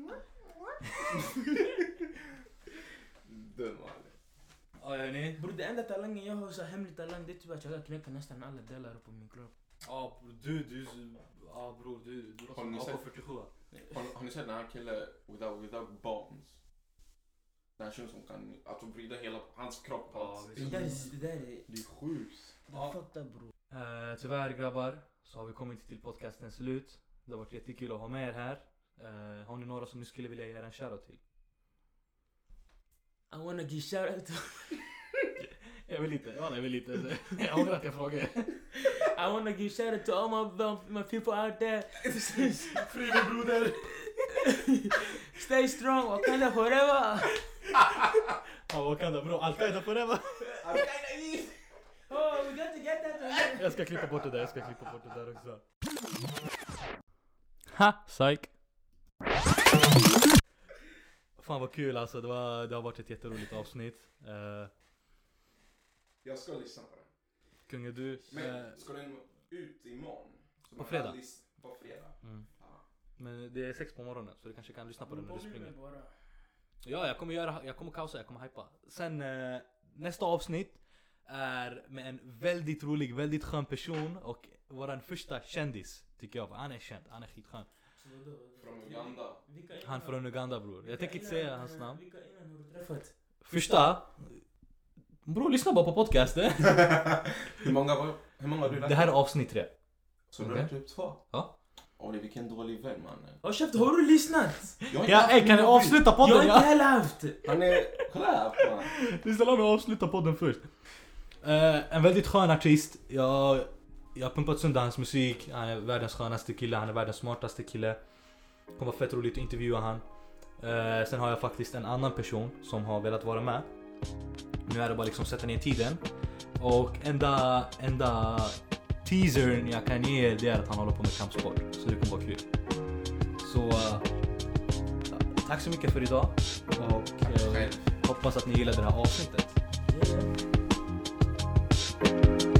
Dum Ali. Ja, hörni. Bror det enda talangen jag har så hemlig talang det är typ att jag kan knäcka nästan alla delar på min kropp. Ja, du Ja bror, du Har ni låter sett- AK47. Har ni sett den här killen without bombs? Den här killen som kan alltså vrida hela hans kropp. Ja, Det där är... Det är sjukt. Ja. Fatta bror. Tyvärr grabbar, så har vi kommit till podcastens slut. Det har varit jättekul att ha med er här. Har ni några som ni skulle vilja ge en shoutout till? I wanna give shout out to... Jag vill inte. Jag ångrar att jag frågar. I wanna give shout out to all my people out there. Frida broder! Stay strong, Wakanda forever. Ja, Wakanda bro, Al-Qaida forever! Oh, we got to get that. Jag ska klippa bort det där också. Ha! Psych! Fan vad kul alltså, det har varit ett jätteroligt avsnitt. Jag ska lyssna på den. Kunge du... Men ska den ut imorgon? Så man fredag. kan på fredag? Mm. Ja. Men det är 6 på morgonen så du kanske kan lyssna på den när du springer. Ja, jag kommer kausa, jag kommer hypa. Sen nästa avsnitt är med en väldigt rolig, väldigt skön person och våran första kändis tycker jag. Han är känd, han är skitskön. Från Uganda. Han från Uganda bror. Jag tänker inte säga hans namn. Vilka innan har du träffat? Första... Bror, lyssna bara på podcasten. Hur många har du lagt? Det här är avsnitt 3. Så du har Okej. lagt upp 2? Ja. Åh, det är vilken dålig vän mannen. Håll käften, har du lyssnat? Kan jag avsluta Jag har podden? inte Ja? heller haft. Han är... Kolla här på han. Lyssna, låt mig avsluta podden först. En väldigt skön artist. Jag har pumpat sönder hans musik. Han är världens skönaste kille, han är världens smartaste kille. Det kommer vara fett roligt att intervjua han. Sen har jag faktiskt en annan person som har velat vara med. Nu är det bara liksom sätta ner tiden. Och enda teasern jag kan ge det är att han håller på med kampsport. Så det kommer vara kul. Så tack så mycket för idag. Och Själv. hoppas att ni gillade det här avsnittet. Yeah.